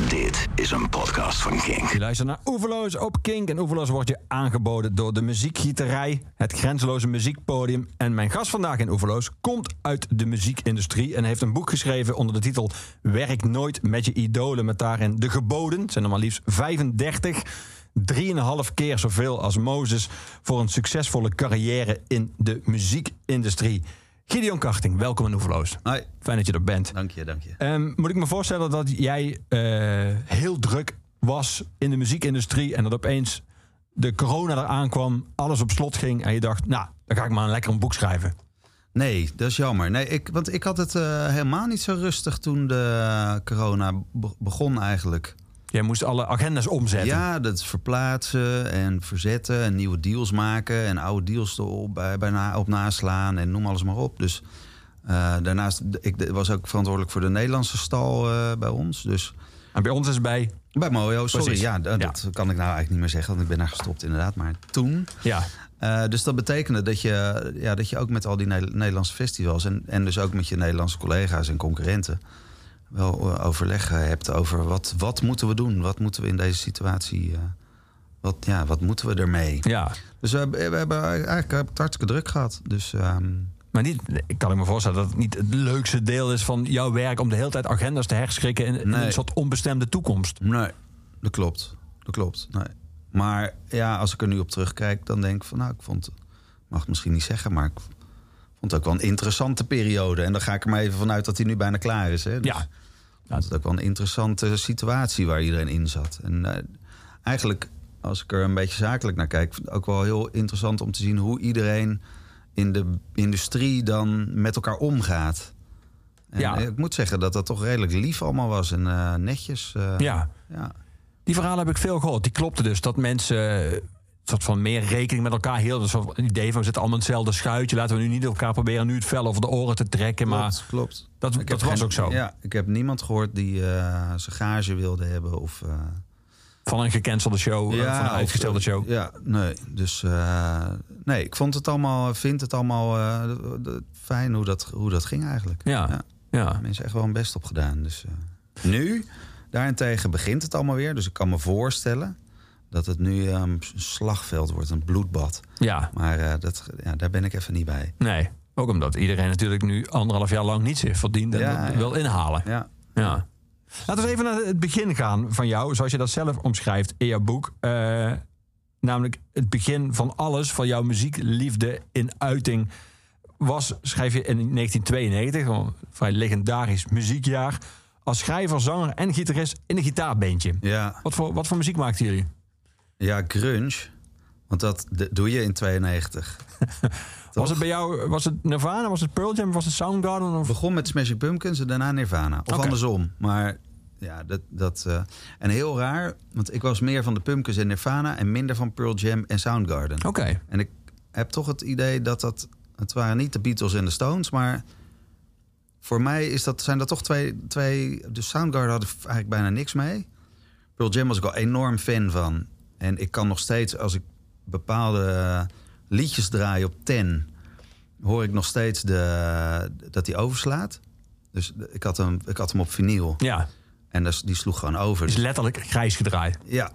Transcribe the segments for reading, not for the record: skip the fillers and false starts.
Dit is een podcast van Kink. Je luistert naar Oeverloos op Kink. En Oeverloos wordt je aangeboden door de Muziekgieterij, het grenzeloze muziekpodium. En mijn gast vandaag in Oeverloos komt uit de muziekindustrie en heeft een boek geschreven onder de titel Werk nooit met je idolen, met daarin de geboden. Het zijn er maar liefst 35. 3,5 keer zoveel als Mozes voor een succesvolle carrière in de muziekindustrie. Gideon Karting, welkom in Oeverloos. Hoi. Fijn dat je er bent. Dank je. Moet ik me voorstellen dat jij heel druk was in de muziekindustrie en dat opeens de corona eraan kwam, alles op slot ging en je dacht, nou, dan ga ik maar lekker een boek schrijven. Nee, dat is jammer. Nee, want ik had het helemaal niet zo rustig toen de corona begon eigenlijk. Jij moest alle agendas omzetten. Ja, dat verplaatsen en verzetten en nieuwe deals maken en oude deals op naslaan en noem alles maar op. Dus daarnaast, ik was ook verantwoordelijk voor de Nederlandse stal bij ons. Dus. En bij ons is het bij Mojo, sorry. Precies. Ja, dat kan ik nou eigenlijk niet meer zeggen, want ik ben daar gestopt inderdaad. Maar toen. Ja. Dus dat betekende dat je ook met al die Nederlandse festivals en dus ook met je Nederlandse collega's en concurrenten wel overleg hebt over wat moeten we doen? Wat moeten we in deze situatie? Wat moeten we ermee? Ja. Dus we hebben eigenlijk het hartstikke druk gehad. Dus, maar ik kan me voorstellen dat het niet het leukste deel is van jouw werk om de hele tijd agendas te herschikken in een soort onbestemde toekomst. Nee, dat klopt. Nee. Maar ja, als ik er nu op terugkijk, dan denk ik van ik mag het misschien niet zeggen, maar ik vond het ook wel een interessante periode. En dan ga ik er maar even vanuit dat hij nu bijna klaar is. Hè? Dus ja. Dat is ook wel een interessante situatie waar iedereen in zat. En eigenlijk, als ik er een beetje zakelijk naar kijk, ook wel heel interessant om te zien hoe iedereen in de industrie dan met elkaar omgaat. En ik moet zeggen dat dat toch redelijk lief allemaal was en netjes. Ja. Die verhalen heb ik veel gehoord. Die klopten dus dat mensen soort van meer rekening met elkaar hielden. Dus een idee van we zitten allemaal in hetzelfde schuitje. Laten we nu niet elkaar proberen nu het vel over de oren te trekken. Klopt. Dat was ook zo. Ja, ik heb niemand gehoord die zijn gage wilde hebben of van een gecancelde show, van een uitgestelde show. Ja, nee. Dus nee, ik vind het allemaal fijn hoe dat ging eigenlijk. Ja. Mensen echt wel hun best op gedaan. Dus nu, daarentegen begint het allemaal weer. Dus ik kan me voorstellen dat het nu een slagveld wordt, een bloedbad. Ja. Maar daar ben ik even niet bij. Nee, ook omdat iedereen natuurlijk nu 1,5 jaar lang niets heeft verdiend en dat wil inhalen. Ja. Laten we even naar het begin gaan van jou, zoals je dat zelf omschrijft in jouw boek. Namelijk het begin van alles, van jouw muziekliefde in uiting, schrijf je in 1992, een vrij legendarisch muziekjaar, als schrijver, zanger en gitarist in een gitaarbandje. Ja. Wat voor muziek maakten jullie? Ja, grunge. Want dat doe je in 92. Was het bij jou, was het Nirvana, was het Pearl Jam, was het Soundgarden? Of? Het begon met Smashing Pumpkins en daarna Nirvana. Of andersom. Maar ja, en heel raar, want ik was meer van de Pumpkins en Nirvana en minder van Pearl Jam en Soundgarden. Oké. En ik heb toch het idee dat het waren niet de Beatles en de Stones, maar voor mij zijn dat toch twee. De Soundgarden had ik eigenlijk bijna niks mee. Pearl Jam was ik al enorm fan van. En ik kan nog steeds, als ik bepaalde liedjes draai op 10, hoor ik nog steeds dat hij overslaat. Dus ik had hem op vinyl. Ja. En die sloeg gewoon over. Het is letterlijk grijs gedraaid. Ja.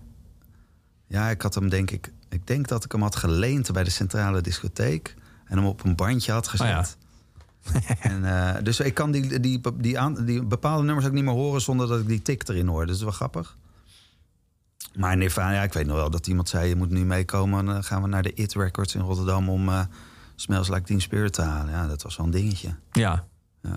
Ja, ik had hem ik denk dat ik hem had geleend bij de Centrale Discotheek en hem op een bandje had gezet. En, dus ik kan die bepaalde nummers ook niet meer horen zonder dat ik die tik erin hoor. Dus dat is wel grappig. Maar Nirvana, ik weet nog wel dat iemand zei, je moet nu meekomen en dan gaan we naar de IT Records in Rotterdam om Smells Like Teen Spirit te halen. Ja, dat was wel een dingetje. Ja.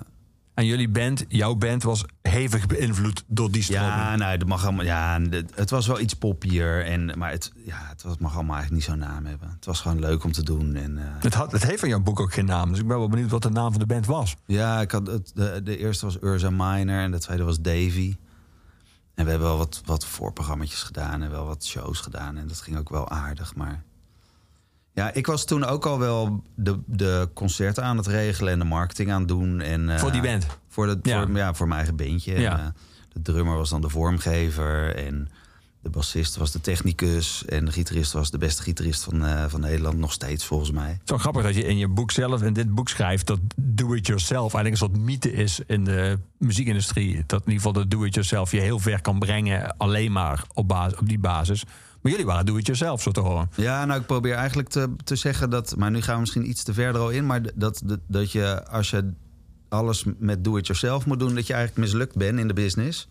En jouw band was hevig beïnvloed door die stroming. Ja, nou, dat mag allemaal. Ja, het was wel iets poppier. Maar het mag allemaal eigenlijk niet zo'n naam hebben. Het was gewoon leuk om te doen. En, het heeft van jouw boek ook geen naam. Dus ik ben wel benieuwd wat de naam van de band was. Ja, de eerste was Urza Minor en de tweede was Davy. En we hebben wel wat voorprogramma's gedaan en wel wat shows gedaan. En dat ging ook wel aardig, maar ja, ik was toen ook al wel de concerten aan het regelen en de marketing aan het doen. En, voor die band? Voor mijn eigen bandje. Ja. En, de drummer was dan de vormgever. En De bassist was de technicus en de gitarist was de beste gitarist van Nederland. Nog steeds, volgens mij. Het is wel grappig dat je in je boek zelf, in dit boek schrijft... dat do-it-yourself eigenlijk een soort mythe is in de muziekindustrie. Dat in ieder geval de do-it-yourself je heel ver kan brengen... alleen maar op die basis. Maar jullie waren do-it-yourself, zo te horen. Ja, nou, ik probeer eigenlijk te zeggen dat... maar nu gaan we misschien iets te verder al in... maar dat je, als je alles met do-it-yourself moet doen... dat je eigenlijk mislukt bent in de business.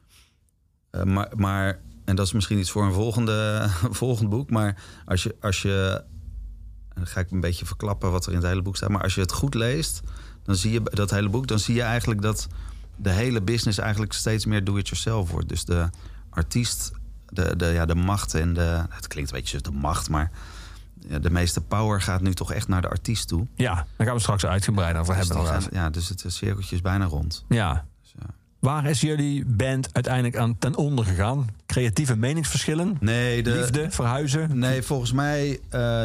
Maar en dat is misschien iets voor een volgend boek... maar als je... en dan ga ik een beetje verklappen wat er in het hele boek staat... maar als je het goed leest, dan zie je dat hele boek... dan zie je eigenlijk dat de hele business eigenlijk steeds meer do-it-yourself wordt. Dus de artiest... De macht en het klinkt een beetje de macht, maar de meeste power gaat nu toch echt naar de artiest toe. Ja, daar gaan we straks uitgebreid over hebben. Dus het cirkeltje is bijna rond. Ja. Dus, waar is jullie band uiteindelijk aan ten onder gegaan? Creatieve meningsverschillen? Liefde, verhuizen? Nee, volgens mij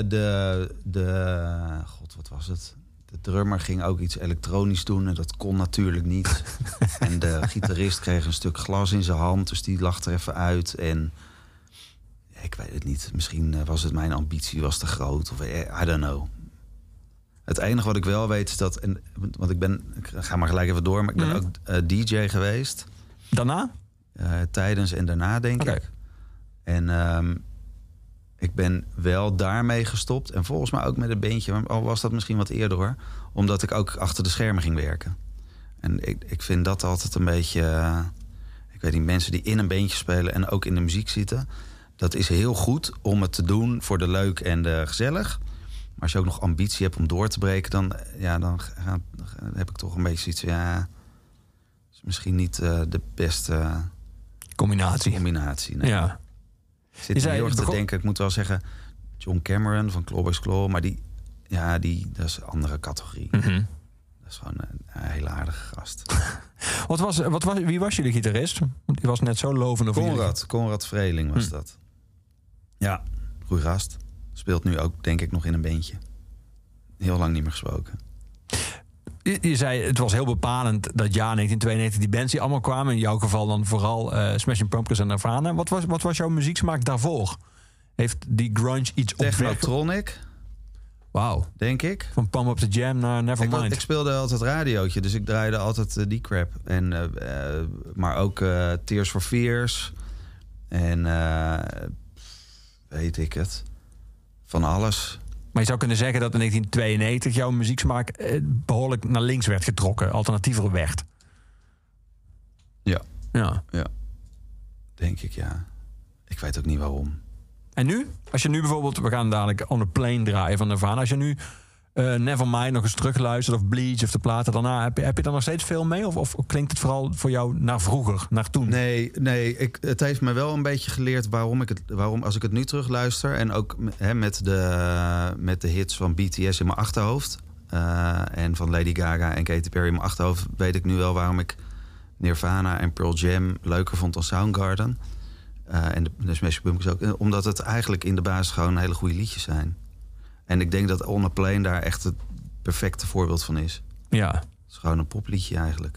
God, wat was het? De drummer ging ook iets elektronisch doen en dat kon natuurlijk niet. En de gitarist kreeg een stuk glas in zijn hand, dus die lag er even uit. En ik weet het niet. Misschien was het mijn ambitie was te groot. Of I don't know. Het enige wat ik wel weet is dat... want ik ga maar gelijk even door, maar ik ben ook DJ geweest. Daarna? Tijdens en daarna, denk ik. En ik ben wel daarmee gestopt. En volgens mij ook met een bandje. Al was dat misschien wat eerder hoor. Omdat ik ook achter de schermen ging werken. En ik vind dat altijd een beetje... ik weet niet, mensen die in een bandje spelen en ook in de muziek zitten... dat is heel goed om het te doen voor de leuk en de gezellig. Maar als je ook nog ambitie hebt om door te breken... dan heb ik toch een beetje zoiets... ja, is misschien niet de beste... Combinatie. Nee. Ja. Ik zit heel erg te denken, ik moet wel zeggen... John Cameron van Clawboys Claw... maar dat is een andere categorie. Mm-hmm. Dat is gewoon een hele aardige gast. Wie was jullie gitarist? Want die was net zo lovend over jullie. Conrad Vreeling was dat. Ja, goeie gast. Speelt nu ook, denk ik, nog in een bandje. Heel lang niet meer gesproken. Je zei, het was heel bepalend dat jaar 1992 die bands die allemaal kwamen. In jouw geval dan vooral Smashing Pumpkins en Nirvana. Wat was jouw muzieksmaak daarvoor? Heeft die grunge iets opwekt? Technotronic. Wauw. Denk ik. Van Pump Up the Jam naar Nevermind. Ik speelde altijd radiootje, dus ik draaide altijd die crap. En, maar ook Tears for Fears. En weet ik het. Van alles. Maar je zou kunnen zeggen dat in 1992 jouw muzieksmaak behoorlijk naar links werd getrokken. Alternatiever werd. Ja. Denk ik, ja. Ik weet ook niet waarom. En nu? Als je nu bijvoorbeeld... We gaan dadelijk On a Plane draaien van Nirvana. Als je nu Nevermind nog eens terugluistert... of Bleach of de platen daarna... Heb je daar nog steeds veel mee? Of klinkt het vooral voor jou naar vroeger, naar toen? Nee. Het heeft me wel een beetje geleerd waarom als ik het nu terugluister... en ook met de hits van BTS in mijn achterhoofd... en van Lady Gaga en Katy Perry in mijn achterhoofd... weet ik nu wel waarom ik Nirvana en Pearl Jam leuker vond dan Soundgarden... en de Smashing Pumpkins ook. Omdat het eigenlijk in de basis gewoon hele goede liedjes zijn. En ik denk dat On a Plane daar echt het perfecte voorbeeld van is. Ja. Het is gewoon een popliedje eigenlijk.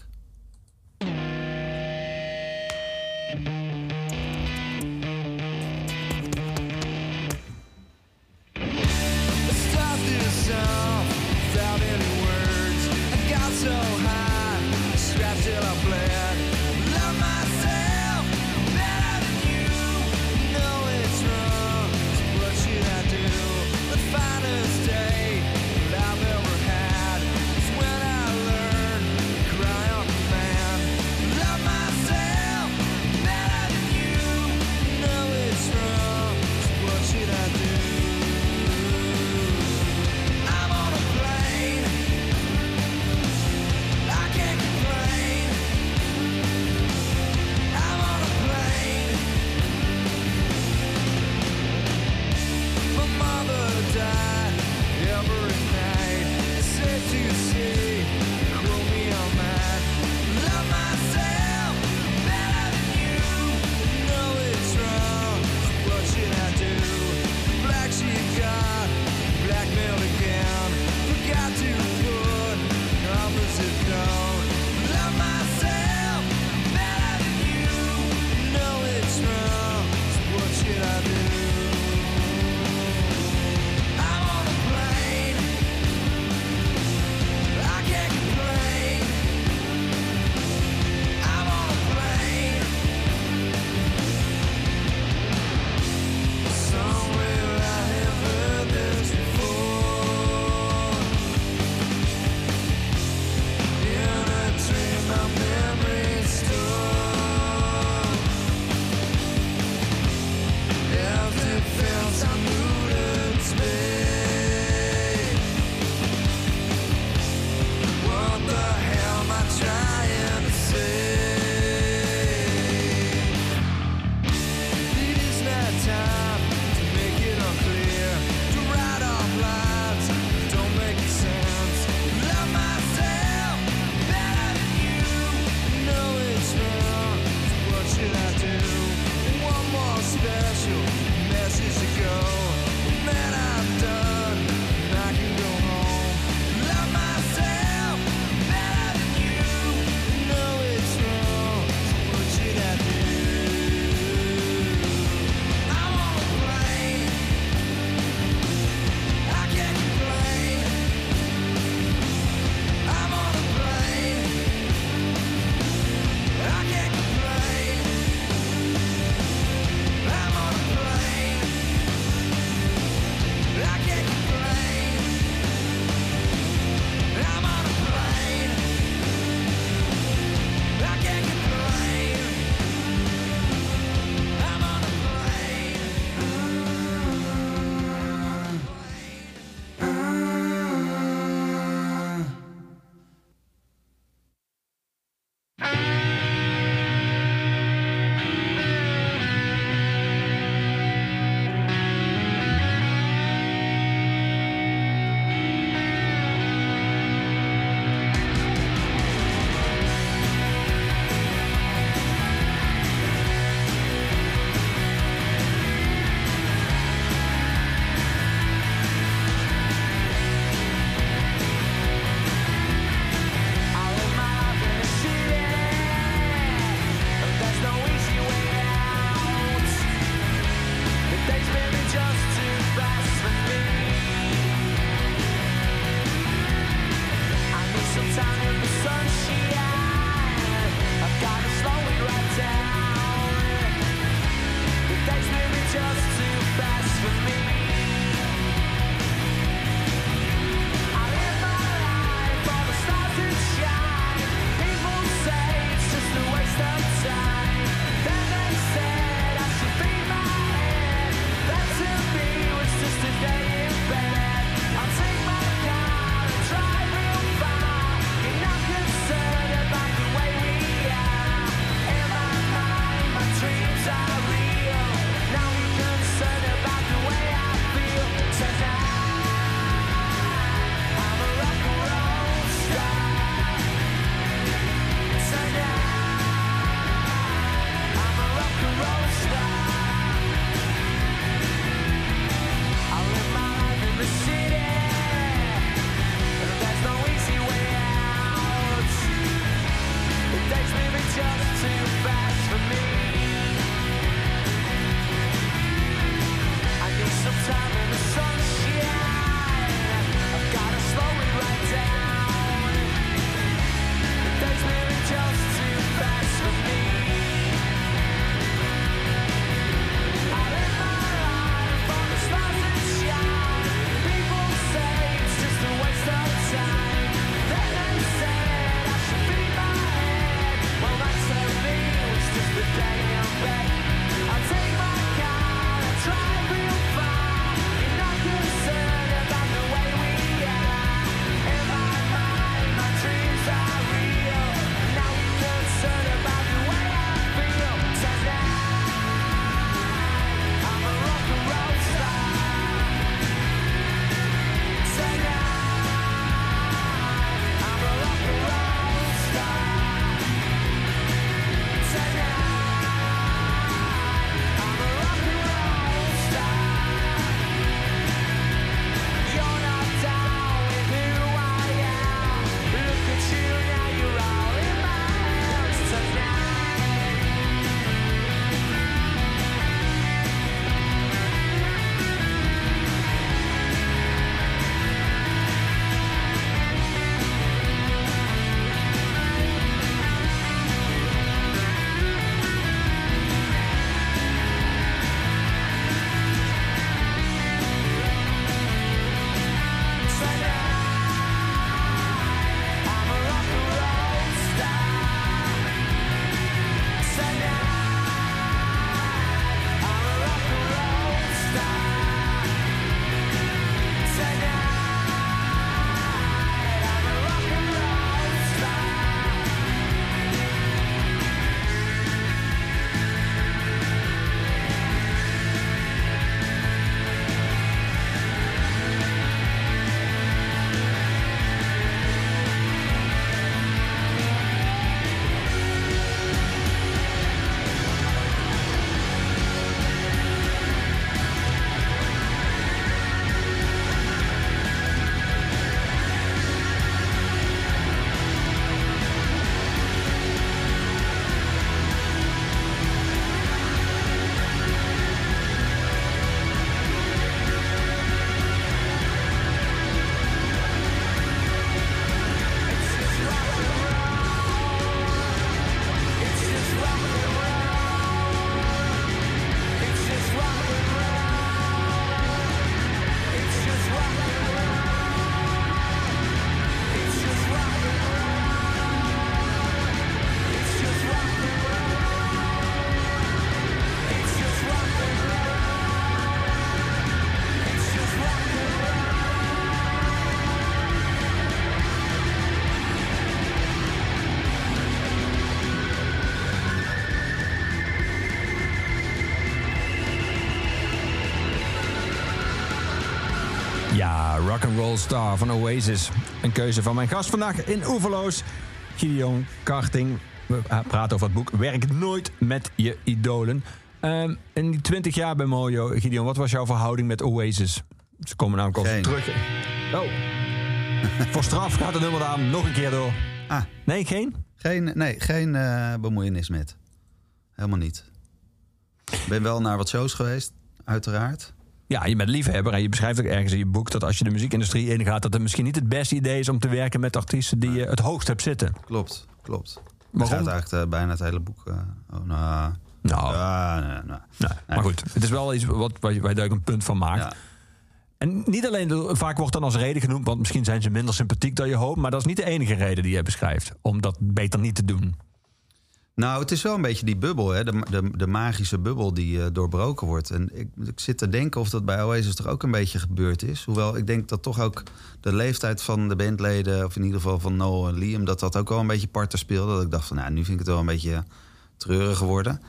Ja, Rock'n'Roll Star van Oasis. Een keuze van mijn gast vandaag in Oeverloos, Gideon Karting. We praten over het boek Werk nooit met je idolen. In die 20 jaar bij Mojo, Gideon, wat was jouw verhouding met Oasis? Ze komen namelijk al terug. Oh. Voor straf gaat de nummer aan nog een keer door. Nee, geen? Geen bemoeienis met. Helemaal niet. Ik ben wel naar wat shows geweest, uiteraard. Ja, je bent liefhebber en je beschrijft ook ergens in je boek dat als je de muziekindustrie ingaat, dat het misschien niet het beste idee is om te werken met artiesten die je het hoogst hebt zitten. Klopt. Waarom? Gaat eigenlijk bijna het hele boek. Nee. Maar goed, het is wel iets waar je duidelijk een punt van maakt. Ja. En niet alleen, vaak wordt dan als reden genoemd, want misschien zijn ze minder sympathiek dan je hoopt, maar dat is niet de enige reden die je beschrijft om dat beter niet te doen. Nou, het is wel een beetje die bubbel, hè? De magische bubbel die doorbroken wordt. En ik zit te denken of dat bij Oasis toch ook een beetje gebeurd is. Hoewel ik denk dat toch ook de leeftijd van de bandleden, of in ieder geval van Noel en Liam, dat ook wel een beetje parten speelde. Dat ik dacht van, nu vind ik het wel een beetje treurig geworden.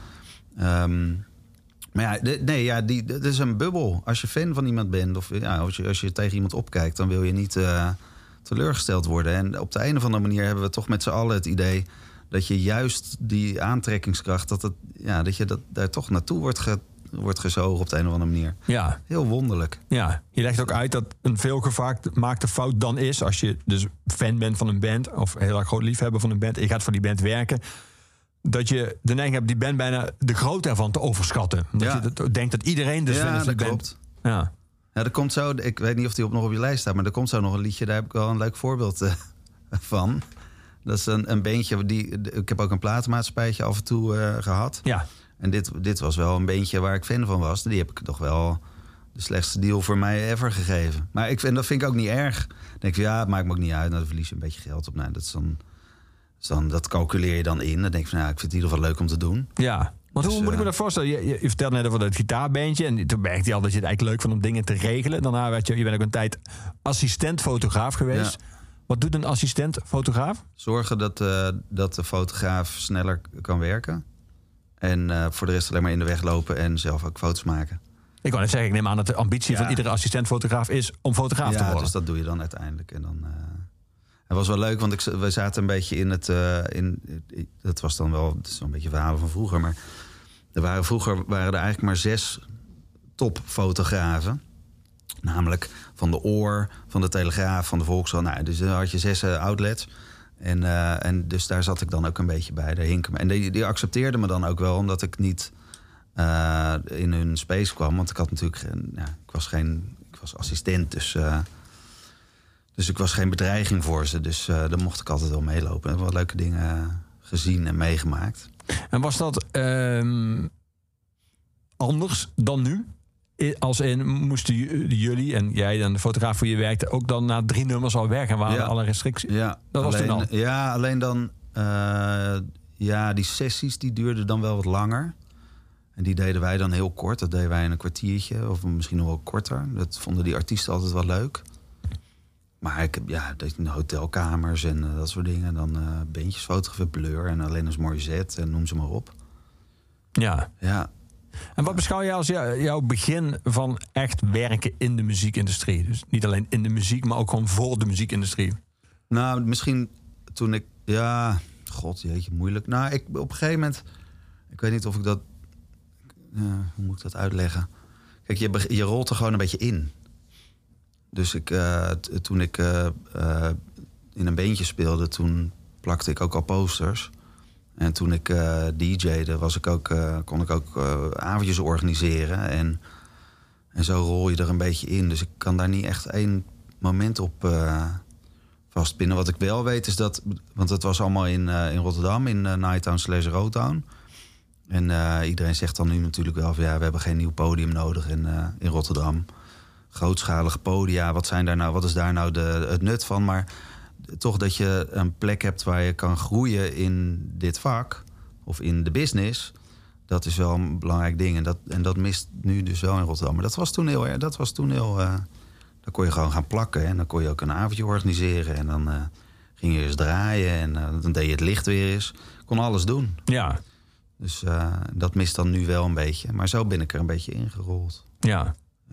Maar dat is een bubbel. Als je fan van iemand bent, of als je tegen iemand opkijkt, dan wil je niet teleurgesteld worden. En op de een of andere manier hebben we toch met z'n allen het idee dat je juist die aantrekkingskracht, dat je daar toch naartoe wordt gezogen op de een of andere manier. Ja. Heel wonderlijk. Ja, je legt ook uit dat een veel gemaakte fout dan is, als je dus fan bent van een band, of heel erg groot liefhebber van een band, en je gaat voor die band werken, dat je de neiging hebt die band bijna de grootte ervan te overschatten. Omdat je denkt dat iedereen dus fan is van die band. Ja, er komt zo, ik weet niet of die nog op je lijst staat, maar er komt zo nog een liedje, daar heb ik wel een leuk voorbeeld van. Dat is een beentje, ik heb ook een platenmaatschappijtje af en toe gehad. Ja. En dit was wel een beentje waar ik fan van was. Die heb ik toch wel de slechtste deal voor mij ever gegeven. Maar dat vind ik ook niet erg. Dan denk ik, het maakt me ook niet uit. Dan verlies je een beetje geld op. Nou, dat calculeer je dan in. Dan denk ik van, ik vind het in ieder geval leuk om te doen. Ja. Want hoe moet ik me dat voorstellen? Je vertelde net over het gitaarbeentje. En toen merkte je al dat je het eigenlijk leuk vond om dingen te regelen. Daarna je bent ook een tijd assistent-fotograaf geweest. Ja. Wat doet een assistent-fotograaf? Zorgen dat de fotograaf sneller kan werken. En voor de rest alleen maar in de weg lopen en zelf ook foto's maken. Ik wou net zeggen, ik neem aan dat de ambitie van iedere assistent-fotograaf is om fotograaf te worden. Ja, dus dat doe je dan uiteindelijk. En dan, het was wel leuk, want we zaten een beetje in het... dat was dan wel, het is een beetje verhalen van vroeger, maar vroeger waren er eigenlijk maar 6 topfotografen. Namelijk van de Oor, van de Telegraaf, van de Volkskrant. Dus dan had je 6 outlets. En dus daar zat ik dan ook een beetje bij. Daar hink me. En die accepteerden me dan ook wel, omdat ik niet in hun space kwam. Want ik had natuurlijk ik was assistent, dus ik was geen bedreiging voor ze. Dus dan mocht ik altijd wel meelopen. Ik heb wat leuke dingen gezien en meegemaakt. En was dat anders dan nu? Als moesten jullie en jij en de fotograaf voor je werkte ook dan na 3 nummers al weg en waren alle restricties? Ja, dat was toen al. Ja, alleen dan die sessies die duurden dan wel wat langer. En die deden wij dan heel kort. Dat deden wij in een kwartiertje of misschien nog wel korter. Dat vonden die artiesten altijd wel leuk. Maar ik heb in hotelkamers en dat soort dingen. Dan beentjes fotograferen, Blur en alleen als Morissette en noem ze maar op. Ja. Ja. En wat beschouw je als jouw begin van echt werken in de muziekindustrie? Dus niet alleen in de muziek, maar ook gewoon voor de muziekindustrie. Nou, misschien toen ik... Ja, god, jeetje, moeilijk. Nou, op een gegeven moment... Ik weet niet of ik dat... hoe moet ik dat uitleggen? Kijk, je rolt er gewoon een beetje in. Dus toen ik in een bandje speelde, toen plakte ik ook al posters. En toen ik DJ'de, kon ik ook avondjes organiseren. En zo rol je er een beetje in. Dus ik kan daar niet echt één moment op vastpinnen. Wat ik wel weet is dat... Want het was allemaal in Rotterdam, in Nighttown/Rotown. En iedereen zegt dan nu natuurlijk wel van... we hebben geen nieuw podium nodig in Rotterdam. Grootschalige podia, wat is daar nou het nut van? Maar toch dat je een plek hebt waar je kan groeien in dit vak... of in de business, dat is wel een belangrijk ding. En dat mist nu dus wel in Rotterdam. Maar dat was toen heel... dan kon je gewoon gaan plakken. En dan kon je ook een avondje organiseren. En dan ging je eens draaien. En dan deed je het licht weer eens. Kon alles doen. Ja. Dus dat mist dan nu wel een beetje. Maar zo ben ik er een beetje ingerold. Ja.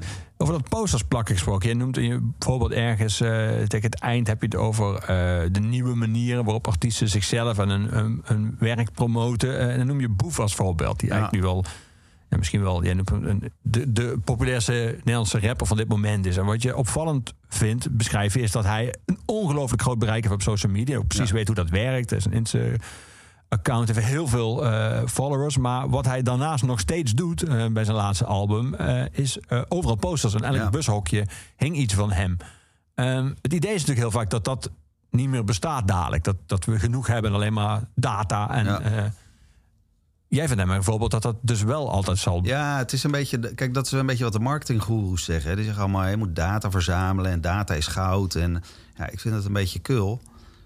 Over dat posters plakken gesproken. Je noemt bijvoorbeeld ergens tegen het eind heb je het over de nieuwe manieren waarop artiesten zichzelf en hun werk promoten. En dan noem je Boef als voorbeeld. Die eigenlijk nu wel, misschien wel de populairste Nederlandse rapper van dit moment is. En wat je opvallend vindt, beschrijven, is dat hij een ongelooflijk groot bereik heeft op social media. Ook precies weet hoe dat werkt. Er is een Insta-account, heeft heel veel followers. Maar wat hij daarnaast nog steeds doet bij zijn laatste album, is overal posters. En elk bushokje hing iets van hem. Het idee is natuurlijk heel vaak dat niet meer bestaat dadelijk. Dat we genoeg hebben alleen maar data en... Jij vindt hem bijvoorbeeld dat dus wel altijd zal... Ja, het is een beetje... Kijk, dat is een beetje wat de marketinggoeroes zeggen. Hè. Die zeggen allemaal, je moet data verzamelen en data is goud. En ja, ik vind dat een beetje kul.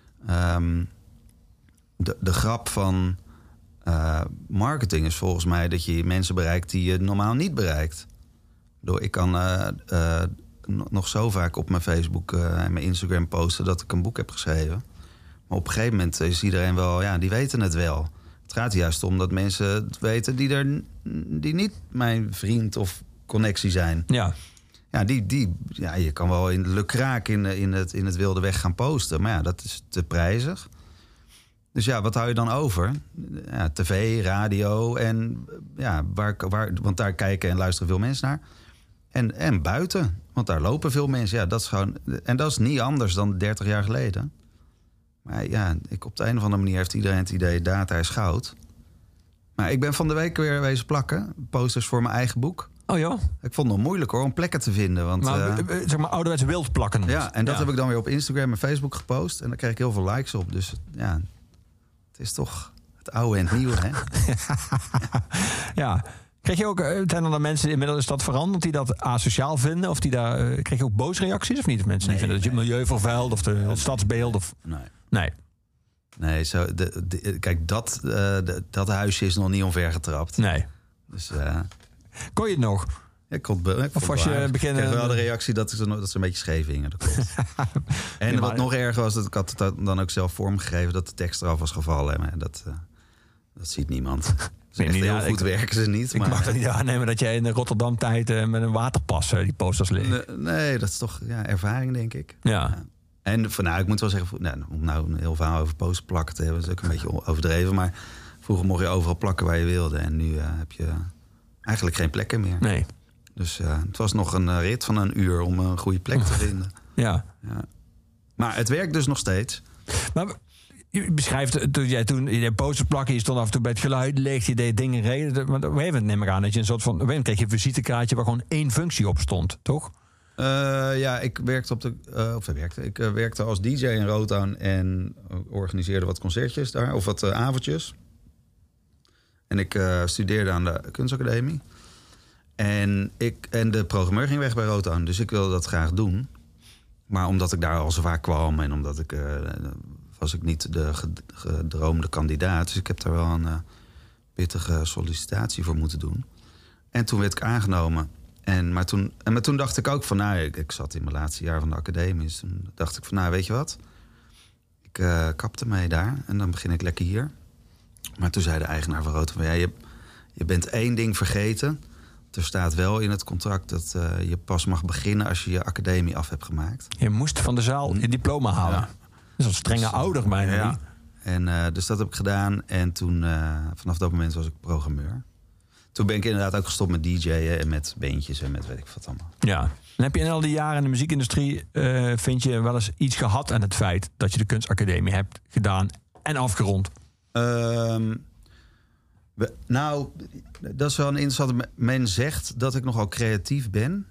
De grap van marketing is volgens mij dat je mensen bereikt die je normaal niet bereikt. Ik kan nog zo vaak op mijn Facebook en mijn Instagram posten dat ik een boek heb geschreven. Maar op een gegeven moment is iedereen wel... die weten het wel. Het gaat juist om dat mensen het weten die niet mijn vriend of connectie zijn. Ja. Ja, je kan wel in lukraak in het wilde weg gaan posten. Maar ja, dat is te prijzig. Dus ja, wat hou je dan over? Ja, tv, radio en ja, want daar kijken en luisteren veel mensen naar. En buiten, want daar lopen veel mensen. Ja, dat is gewoon, en dat is niet anders dan 30 jaar geleden. Maar ja, op de een of andere manier heeft iedereen het idee... data is goud. Maar ik ben van de week weer wezen plakken. Posters voor mijn eigen boek. Oh joh? Ik vond het nog moeilijk hoor, om plekken te vinden. Want, zeg maar ouderwets wild plakken. Ja, en dat heb ik dan weer op Instagram en Facebook gepost. En daar kreeg ik heel veel likes op. Dus ja, het is toch het oude en het nieuwe, hè? Ja. Krijg je ook, zijn er dan mensen, inmiddels is dat veranderd, die dat asociaal vinden? Of die daar, krijg je ook boosreacties of niet? Of mensen die vinden dat je het milieu vervuilt of het stadsbeeld? Of... Nee, zo, kijk, dat huisje is nog niet omvergetrapt. Nee. Dus, kon je het nog? Ik kon of was je beginnen... Ik kreeg wel de reactie dat ze een beetje scheef hingen. En wat nog erger was, dat ik had het dan ook zelf vormgegeven... dat de tekst eraf was gevallen. Maar dat ziet niemand. Heel goed werken ze niet. Ik mag het niet aannemen dat jij in de Rotterdam-tijd... met een waterpas die posters liggen. Nee, dat is toch ervaring, denk ik. Ja. En ik moet wel zeggen, om nou een heel verhaal over posters plakken te hebben... is ook een beetje overdreven. Maar vroeger mocht je overal plakken waar je wilde. En nu heb je eigenlijk geen plekken meer. Nee. Dus het was nog een rit van een uur om een goede plek te vinden. Ja. Maar het werkt dus nog steeds. Maar je beschrijft, toen je posters plakken... je stond af en toe bij het geluid licht, je deed dingen reden. Maar op een gegeven moment neem ik aan dat je een soort van... op een gegeven moment kreeg je een visitekaartje waar gewoon 1 functie op stond, toch? Ik werkte ik werkte als DJ in Rotown en organiseerde wat concertjes daar, of wat avondjes. En ik studeerde aan de kunstacademie. En de programmeur ging weg bij Rotown, dus ik wilde dat graag doen. Maar omdat ik daar al zo vaak kwam en omdat was ik niet de gedroomde kandidaat. Dus ik heb daar wel een pittige sollicitatie voor moeten doen. En toen werd ik aangenomen. Maar toen dacht ik ook van, ik zat in mijn laatste jaar van de academie. Dus toen dacht ik van, weet je wat? Ik kapte mee daar en dan begin ik lekker hier. Maar toen zei de eigenaar van Rotown van, je bent 1 ding vergeten. Er staat wel in het contract dat je pas mag beginnen als je je academie af hebt gemaakt. Je moest van de zaal je diploma halen. Ja. Dat is een strenge ouder bijna. Ja. En dus dat heb ik gedaan. En toen, vanaf dat moment was ik programmeur. Toen ben ik inderdaad ook gestopt met DJ'en en met beentjes en met weet ik wat allemaal. Ja. En heb je in al die jaren in de muziekindustrie, vind je wel eens iets gehad aan het feit dat je de kunstacademie hebt gedaan en afgerond? Dat is wel een interessante... Men zegt dat ik nogal creatief ben.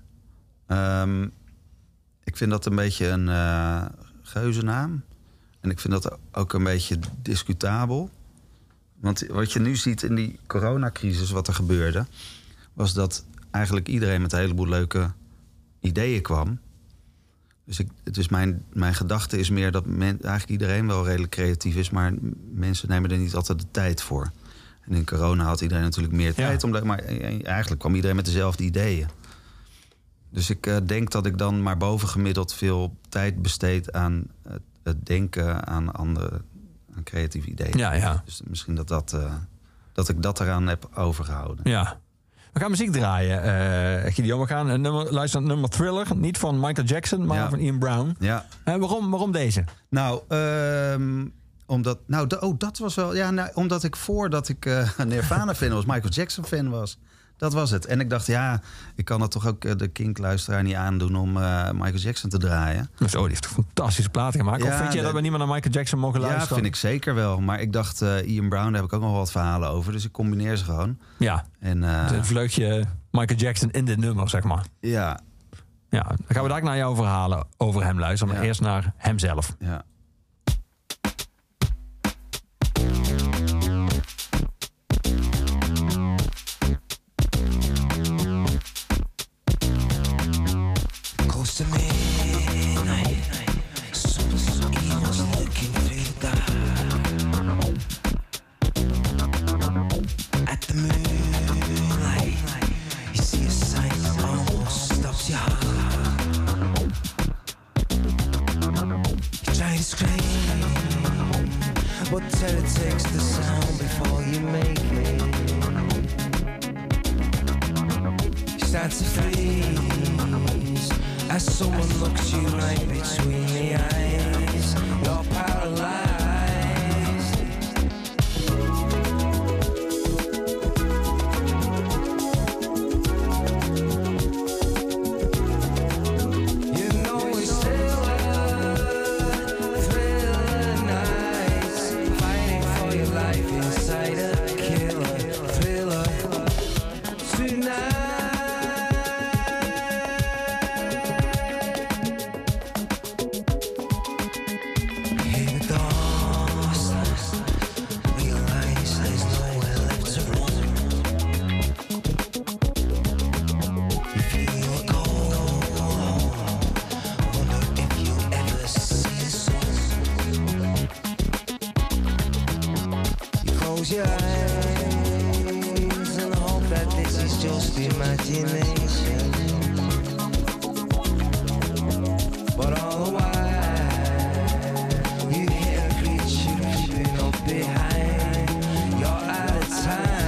Ik vind dat een beetje een geuzennaam. En ik vind dat ook een beetje discutabel. Want wat je nu ziet in die coronacrisis, wat er gebeurde... was dat eigenlijk iedereen met een heleboel leuke ideeën kwam. Dus mijn gedachte is meer dat eigenlijk iedereen wel redelijk creatief is... maar mensen nemen er niet altijd de tijd voor. En in corona had iedereen natuurlijk meer tijd. Ja. Maar eigenlijk kwam iedereen met dezelfde ideeën. Dus ik denk dat ik dan maar bovengemiddeld veel tijd besteed aan het denken aan andere... een creatief idee. Ja. Dus misschien dat ik dat eraan heb overgehouden. Ja. We gaan muziek draaien, Gideon. We gaan luisteren naar het nummer Thriller. Niet van Michael Jackson, maar van Ian Brown. Ja. Waarom deze? Nou, dat was wel... Ja, nou, omdat ik voordat ik Nirvana-fan was, Michael Jackson-fan was. Dat was het. En ik dacht, ik kan het toch ook de Kink-luisteraar niet aandoen om Michael Jackson te draaien. Dus, die heeft een fantastische platen gemaakt. Of vind je dat we niet meer naar Michael Jackson mogen luisteren? Ja, vind ik zeker wel. Maar ik dacht, Ian Brown, daar heb ik ook nog wat verhalen over. Dus ik combineer ze gewoon. Ja, en een vleugje Michael Jackson in dit nummer, zeg maar. Ja. Ja, dan gaan we daar naar jouw verhalen over hem luisteren. Maar eerst naar hemzelf. Ja. To midnight, some evil's looking through the dark at the moonlight. You see a sight that almost stops your heart. You try to scream, but terror takes the sound before you make it. You start to freeze as someone looks you right between the eyes. You're paralyzed. You know it's still a thriller nights, fighting for your life inside a killer thriller tonight. Your eyes and hope that this is just imagination. But all the while you hear a creature creeping up behind. You're out of time.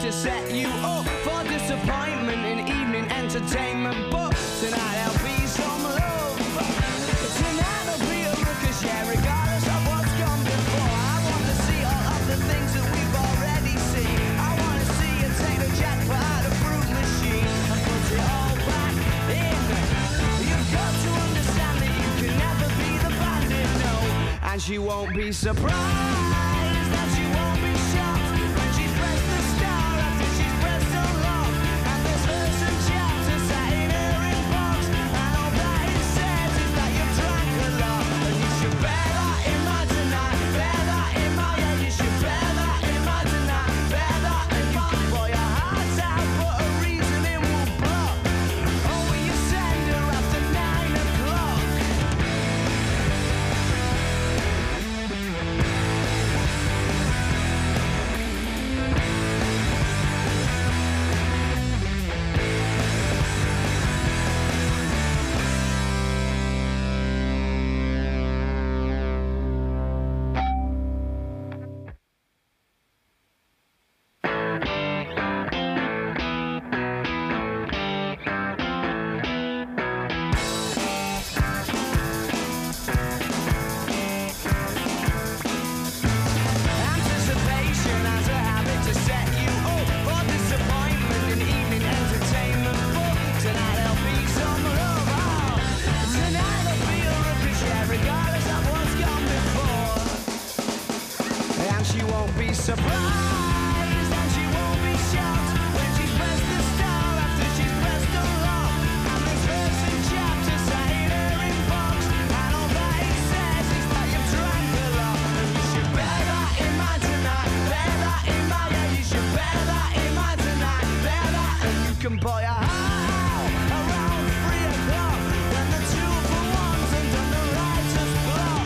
to set you up for disappointment in evening entertainment. But tonight there'll be some love. Tonight there'll be a ruckus, yeah, regardless of what's gone before. I want to see all of the things that we've already seen. I want to see you take the jackpot out of fruit machine and put it all back in. You've got to understand that you can never be the bandit, no. And she won't be surprised that she won't be shocked when she's pressed the star after she's pressed the lock. And there's verse and chapter sat in her inbox, and all that it says is that you've drank a lot. And you should bear that in mind tonight, bear that in mind, yeah, you should bear that in mind tonight, bear that in mind. Boy, your heart's out, but a reason it will block. Oh, will you send her after 9 o'clock? Anticipation has a habit to set you up for disappointment in evening entertainment. But tonight there'll be some love. Oh, tonight there'll be a ruckus, yeah, regardless of what's gone before. And she won't be surprised, and she won't be shocked when she's pressed the star after she's pressed the lock. And there's verse and chapter sat in her inbox, and all that it says is that you've drank a lot. And you should bear that in mind tonight, bear that in mind, yeah, you should bear that in mind tonight, bear that, and you can boy a heart around 3 o'clock when the 2 for 1's and done the writer's block.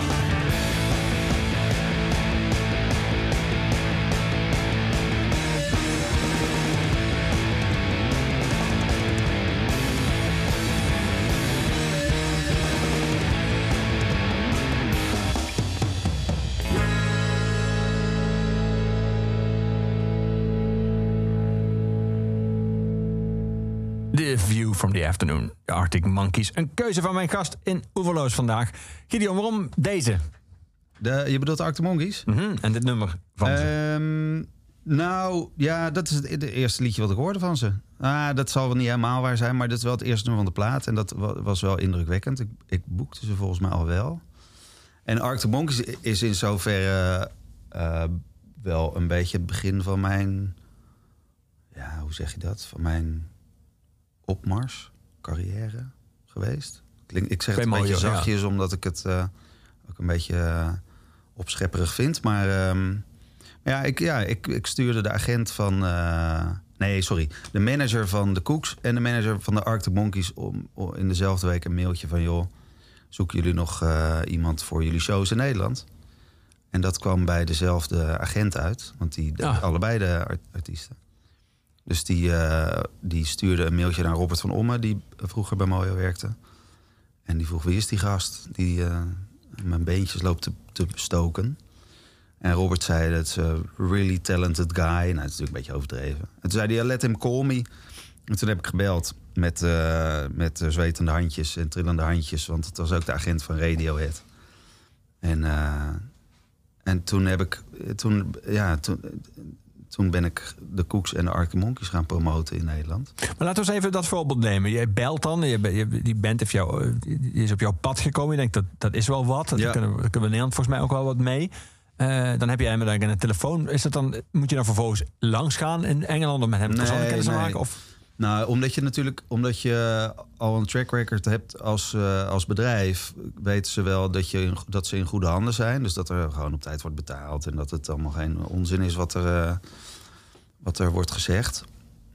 The View from the Afternoon, de Arctic Monkeys. Een keuze van mijn gast in Oeverloos vandaag. Gideon, waarom deze? Je bedoelt de Arctic Monkeys? En dit nummer van ze. Nou, ja, dat is het eerste liedje wat ik hoorde van ze. Dat zal wel niet helemaal waar zijn, maar dat is wel het eerste nummer van de plaat. En dat was wel indrukwekkend. Ik boekte ze volgens mij al wel. En Arctic Monkeys is in zoverre wel een beetje het begin van mijn... Ja, hoe zeg je dat? Van mijn opmars, carrière geweest. Ik zeg het een beetje zachtjes, omdat ik het ook een beetje opschepperig vind. Maar ik stuurde de agent van... de manager van de Cooks en de manager van de Arctic Monkeys... om in dezelfde week een mailtje van... joh, zoeken jullie nog iemand voor jullie shows in Nederland? En dat kwam bij dezelfde agent uit, want die deed allebei de artiesten. Dus die stuurde een mailtje naar Robert van Omme, die vroeger bij Mojo werkte. En die vroeg, wie is die gast die mijn beentjes loopt te bestoken? En Robert zei, dat is a really talented guy. Nou, dat is natuurlijk een beetje overdreven. En toen zei hij, let him call me. En toen heb ik gebeld met zwetende handjes en trillende handjes. Want het was ook de agent van Radiohead. En toen ben ik de Cooks en de Arctic Monkeys gaan promoten in Nederland. Maar laten we eens even dat voorbeeld nemen. Jij belt dan, die band is op jouw pad gekomen. Je denkt, dat is wel wat. Daar kunnen we Nederland volgens mij ook wel wat mee. Dan heb jij met een telefoon. Moet je dan vervolgens langs gaan in Engeland om met hem persoonlijk kennis te maken? Of? Nou, omdat je al een track record hebt als bedrijf, weten ze wel dat ze in goede handen zijn. Dus dat er gewoon op tijd wordt betaald en dat het allemaal geen onzin is wat er wordt gezegd.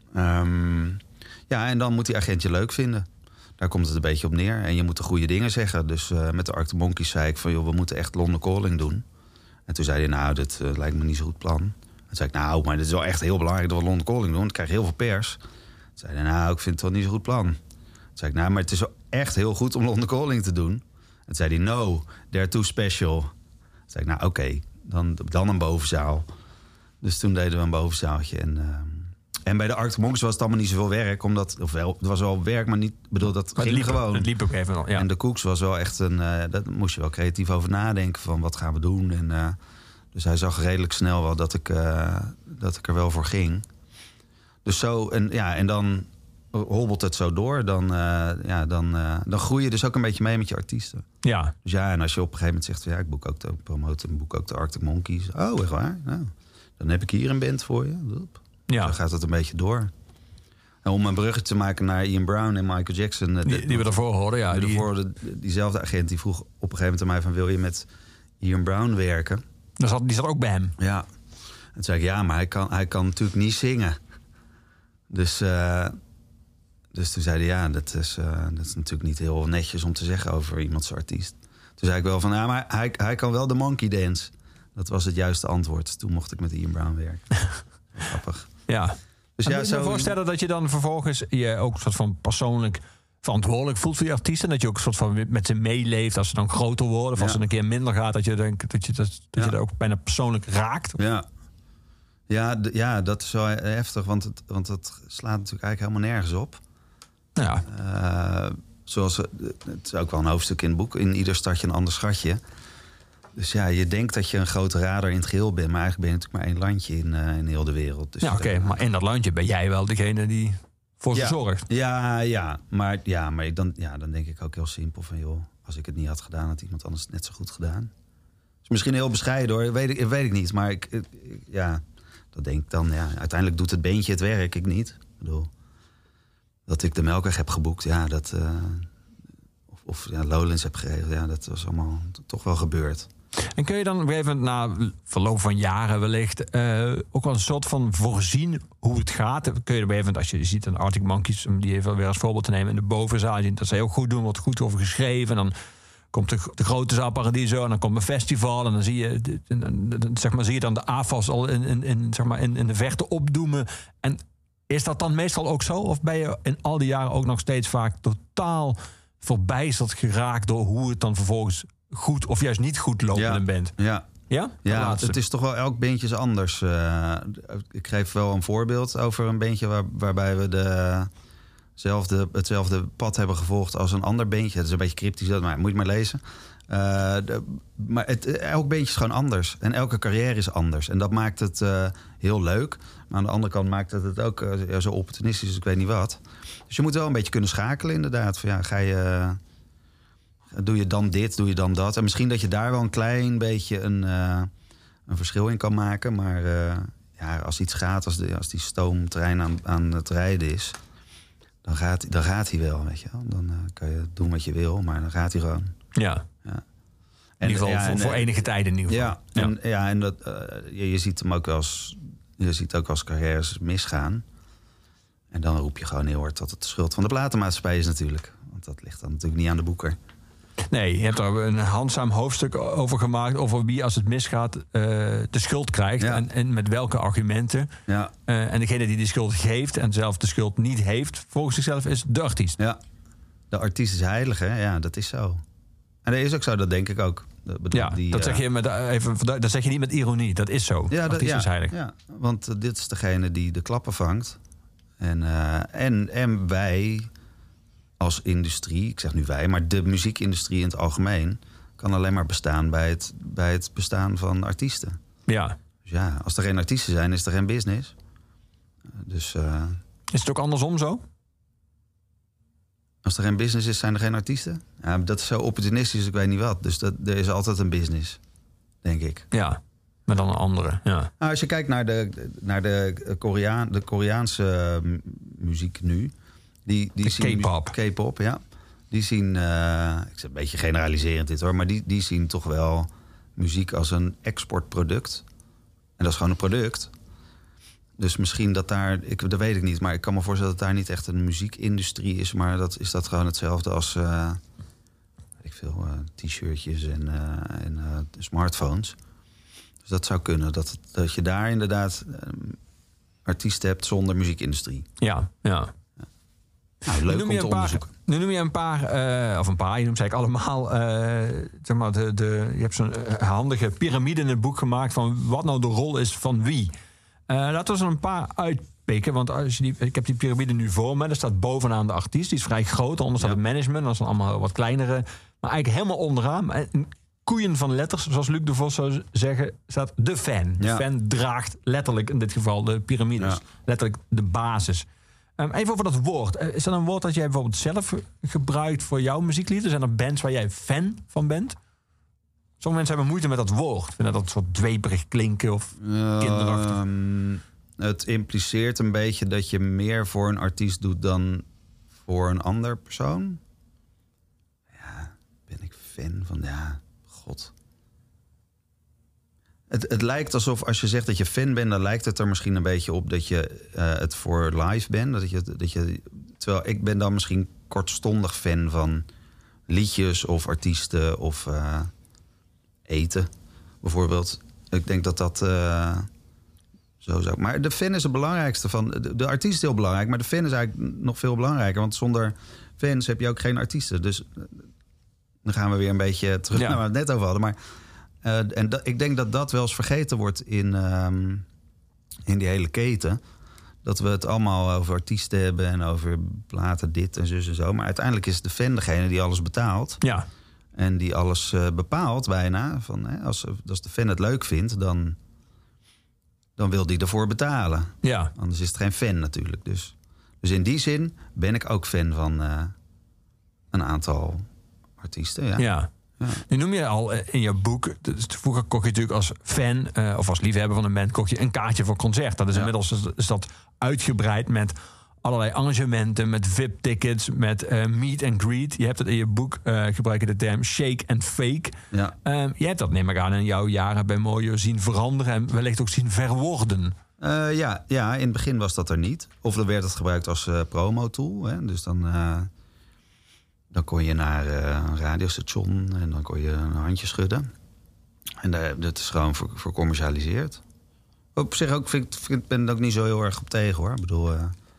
En dan moet die agent je leuk vinden. Daar komt het een beetje op neer. En je moet de goede dingen zeggen. Dus met de Arctic Monkeys zei ik van, joh, we moeten echt London Calling doen. En toen zei hij, nou, dit lijkt me niet zo'n goed plan. Toen zei ik, nou, maar dit is wel echt heel belangrijk dat we London Calling doen. Ik krijg heel veel pers. Toen zei hij, nou, ik vind het wel niet zo'n goed plan. Toen zei ik, nou, maar het is wel echt heel goed om London Calling te doen. Toen zei hij, no, they're too special. Toen zei ik, nou, oké, dan een bovenzaal. Dus toen deden we een bovenzaaltje. En bij de Arctic Monkeys was het allemaal niet zoveel werk. Omdat, het was wel werk, maar niet... bedoel, dat maar ging gewoon. Het liep ook even al, ja. En de Cooks was wel echt een... dat moest je wel creatief over nadenken. Van wat gaan we doen? En, dus hij zag redelijk snel wel dat ik er wel voor ging. Dus zo... En dan hobbelt het zo door. Dan groei je dus ook een beetje mee met je artiesten. Ja. Dus ja, en als je op een gegeven moment zegt... ja, ik boek ook de Arctic Monkeys. Oh, echt waar? Nou, dan heb ik hier een band voor je. Ja. Zo gaat het een beetje door. En om een bruggetje te maken naar Ian Brown en Michael Jackson... Die we daarvoor hoorden, ja. Diezelfde agent die vroeg op een gegeven moment aan mij... van wil je met Ian Brown werken? Die zat ook bij hem. Ja. En toen zei ik, ja, maar hij kan natuurlijk niet zingen. Dus toen zei hij, ja, dat is natuurlijk niet heel netjes om te zeggen over iemands artiest. Toen zei ik wel van, ja, maar hij kan wel de monkey dance. Dat was het juiste antwoord. Toen mocht ik met Ian Brown werken. Grappig. Ja. Dus ja, moet je me voorstellen dat je dan vervolgens je ook een soort van persoonlijk verantwoordelijk voelt voor je artiesten. Dat je ook een soort van met ze meeleeft als ze dan groter worden. Of als het een keer minder gaat, dat je denkt dat je dat ook bijna persoonlijk raakt. Ja, dat is wel heftig, want het slaat natuurlijk eigenlijk helemaal nergens op. Ja. Zoals het is ook wel een hoofdstuk in het boek. In ieder stadje een ander schatje. Dus ja, je denkt dat je een grote radar in het geheel bent, maar eigenlijk ben je natuurlijk maar één landje in heel de wereld. Dus ja, oké, maar in dat landje ben jij wel degene die voor ze zorgt. Ja, maar dan denk ik ook heel simpel van, joh, als ik het niet had gedaan, had iemand anders het net zo goed gedaan. Is misschien heel bescheiden hoor, weet ik niet, maar dat denk ik dan. Ja, uiteindelijk doet het beentje het werk, ik niet. Ik bedoel, dat ik de Melkweg heb geboekt, of Lowlands heb geregeld, ja, dat was allemaal toch wel gebeurd. En kun je dan even na verloop van jaren wellicht ook wel een soort van voorzien hoe het gaat? Kun je er even, als je ziet een Arctic Monkeys, om die even weer als voorbeeld te nemen, in de bovenzaal zien dat ze heel goed doen, wordt goed over geschreven. En dan komt de grote zaal Paradiso en dan komt een festival en dan zie je, zie je dan de AFAS al in de verte opdoemen. En is dat dan meestal ook zo? Of ben je in al die jaren ook nog steeds vaak totaal verbijsterd geraakt door hoe het dan vervolgens goed of juist niet goed loopt in een band? Ja, het is toch wel elk bandje is anders. Ik geef wel een voorbeeld over een bandje waarbij we hetzelfde pad hebben gevolgd als een ander bandje. Het is een beetje cryptisch, maar moet je maar lezen. Maar elk bandje is gewoon anders. En elke carrière is anders. En dat maakt het heel leuk. Maar aan de andere kant maakt het ook zo opportunistisch, ik weet niet wat. Dus je moet wel een beetje kunnen schakelen inderdaad. Van, doe je dan dit, doe je dan dat. En misschien dat je daar wel een klein beetje een verschil in kan maken. Maar als iets gaat, als die stoomtrein aan het rijden is, dan gaat hij wel, weet je wel. Dan kan je doen wat je wil, maar dan gaat hij gewoon. Ja. In ieder geval voor enige tijd in ieder geval. En dat, je ziet hem ook wel eens, je ziet ook als carrières misgaan. En dan roep je gewoon heel hard dat het de schuld van de platenmaatschappij is natuurlijk. Want dat ligt dan natuurlijk niet aan de boeker. Nee, je hebt er een handzaam hoofdstuk over gemaakt, over wie als het misgaat de schuld krijgt. Ja. En met welke argumenten. Ja. En degene die de schuld geeft en zelf de schuld niet heeft, volgens zichzelf is de artiest. Ja, de artiest is heilig, hè? Ja, dat is zo. En dat is ook zo, dat denk ik ook. Dat zeg je dat zeg je niet met ironie, dat is zo. Ja, de artiest is heilig. Ja, want dit is degene die de klappen vangt. En wij als industrie, ik zeg nu wij, maar de muziekindustrie in het algemeen kan alleen maar bestaan bij het bestaan van artiesten. Ja. Dus ja, als er geen artiesten zijn, is er geen business. Dus is het ook andersom zo? Als er geen business is, zijn er geen artiesten? Ja, dat is zo opportunistisch, ik weet niet wat. Dus er is altijd een business, denk ik. Ja, maar dan een andere. Ja. Nou, als je kijkt naar de Koreaanse muziek nu, die zien K-pop, ja. Die zien, ik zeg een beetje generaliserend dit hoor, maar die zien toch wel muziek als een exportproduct. En dat is gewoon een product. Dus misschien dat dat weet ik niet, maar ik kan me voorstellen dat daar niet echt een muziekindustrie is, maar is dat gewoon hetzelfde als t-shirtjes en smartphones. Dus dat zou kunnen, dat je daar inderdaad artiesten hebt zonder muziekindustrie. Ja. Nou, leuk om te onderzoeken. Nu noem je een paar, je noemt eigenlijk allemaal, je hebt zo'n handige piramide in het boek gemaakt van wat nou de rol is van wie. Laten we er een paar uitpikken. Want als je ik heb die piramide nu voor me. Daar staat bovenaan de artiest. Die is vrij groot. Daaronder staat het management. Dat is dan allemaal wat kleinere. Maar eigenlijk helemaal onderaan. Koeien van letters, zoals Luc de Vos zou zeggen, staat de fan. De fan draagt letterlijk in dit geval de piramides. Ja. Letterlijk de basis. Even over dat woord. Is dat een woord dat jij bijvoorbeeld zelf gebruikt voor jouw muzieklieden? Zijn er bands waar jij fan van bent? Sommige mensen hebben moeite met dat woord. Vinden dat soort dweperig klinken of kinderachtig. Het impliceert een beetje dat je meer voor een artiest doet dan voor een ander persoon. Ja, ben ik fan van... Ja, god. Het lijkt alsof als je zegt dat je fan bent... dan lijkt het er misschien een beetje op dat je het voor live bent. Terwijl ik ben dan misschien kortstondig fan van liedjes of artiesten of eten, bijvoorbeeld. Ik denk dat zo zou... Maar de fan is het belangrijkste van... De artiest is heel belangrijk, maar de fan is eigenlijk nog veel belangrijker. Want zonder fans heb je ook geen artiesten. Dus dan gaan we weer een beetje terug naar waar we het net over hadden. Maar ik denk dat wel eens vergeten wordt in die hele keten. Dat we het allemaal over artiesten hebben en over platen dit en zus en zo. Maar uiteindelijk is de fan degene die alles betaalt. Ja. En die alles bepaalt bijna. Als de fan het leuk vindt, dan wil die ervoor betalen. Ja. Anders is het geen fan natuurlijk. Dus in die zin ben ik ook fan van een aantal artiesten. Ja. Ja. Nu noem je al in je boek... Vroeger kocht je natuurlijk als fan of als liefhebber van een band... kocht je een kaartje voor concert. Dat is inmiddels is dat uitgebreid met allerlei arrangementen... met VIP-tickets, met meet and greet. Je hebt het in je boek, gebruik je de term shake and fake. Ja. Je hebt dat, neem ik aan, in jouw jaren bij Mojo zien veranderen... en wellicht ook zien verworden. Ja, in het begin was dat er niet. Of dan werd het gebruikt als promo-tool. Hè? Dus dan kon je naar een radiostation en dan kon je een handje schudden. En dat is gewoon voor commercialiseerd. Op zich ook, ben ik ook niet zo heel erg op tegen, hoor. Ik bedoel...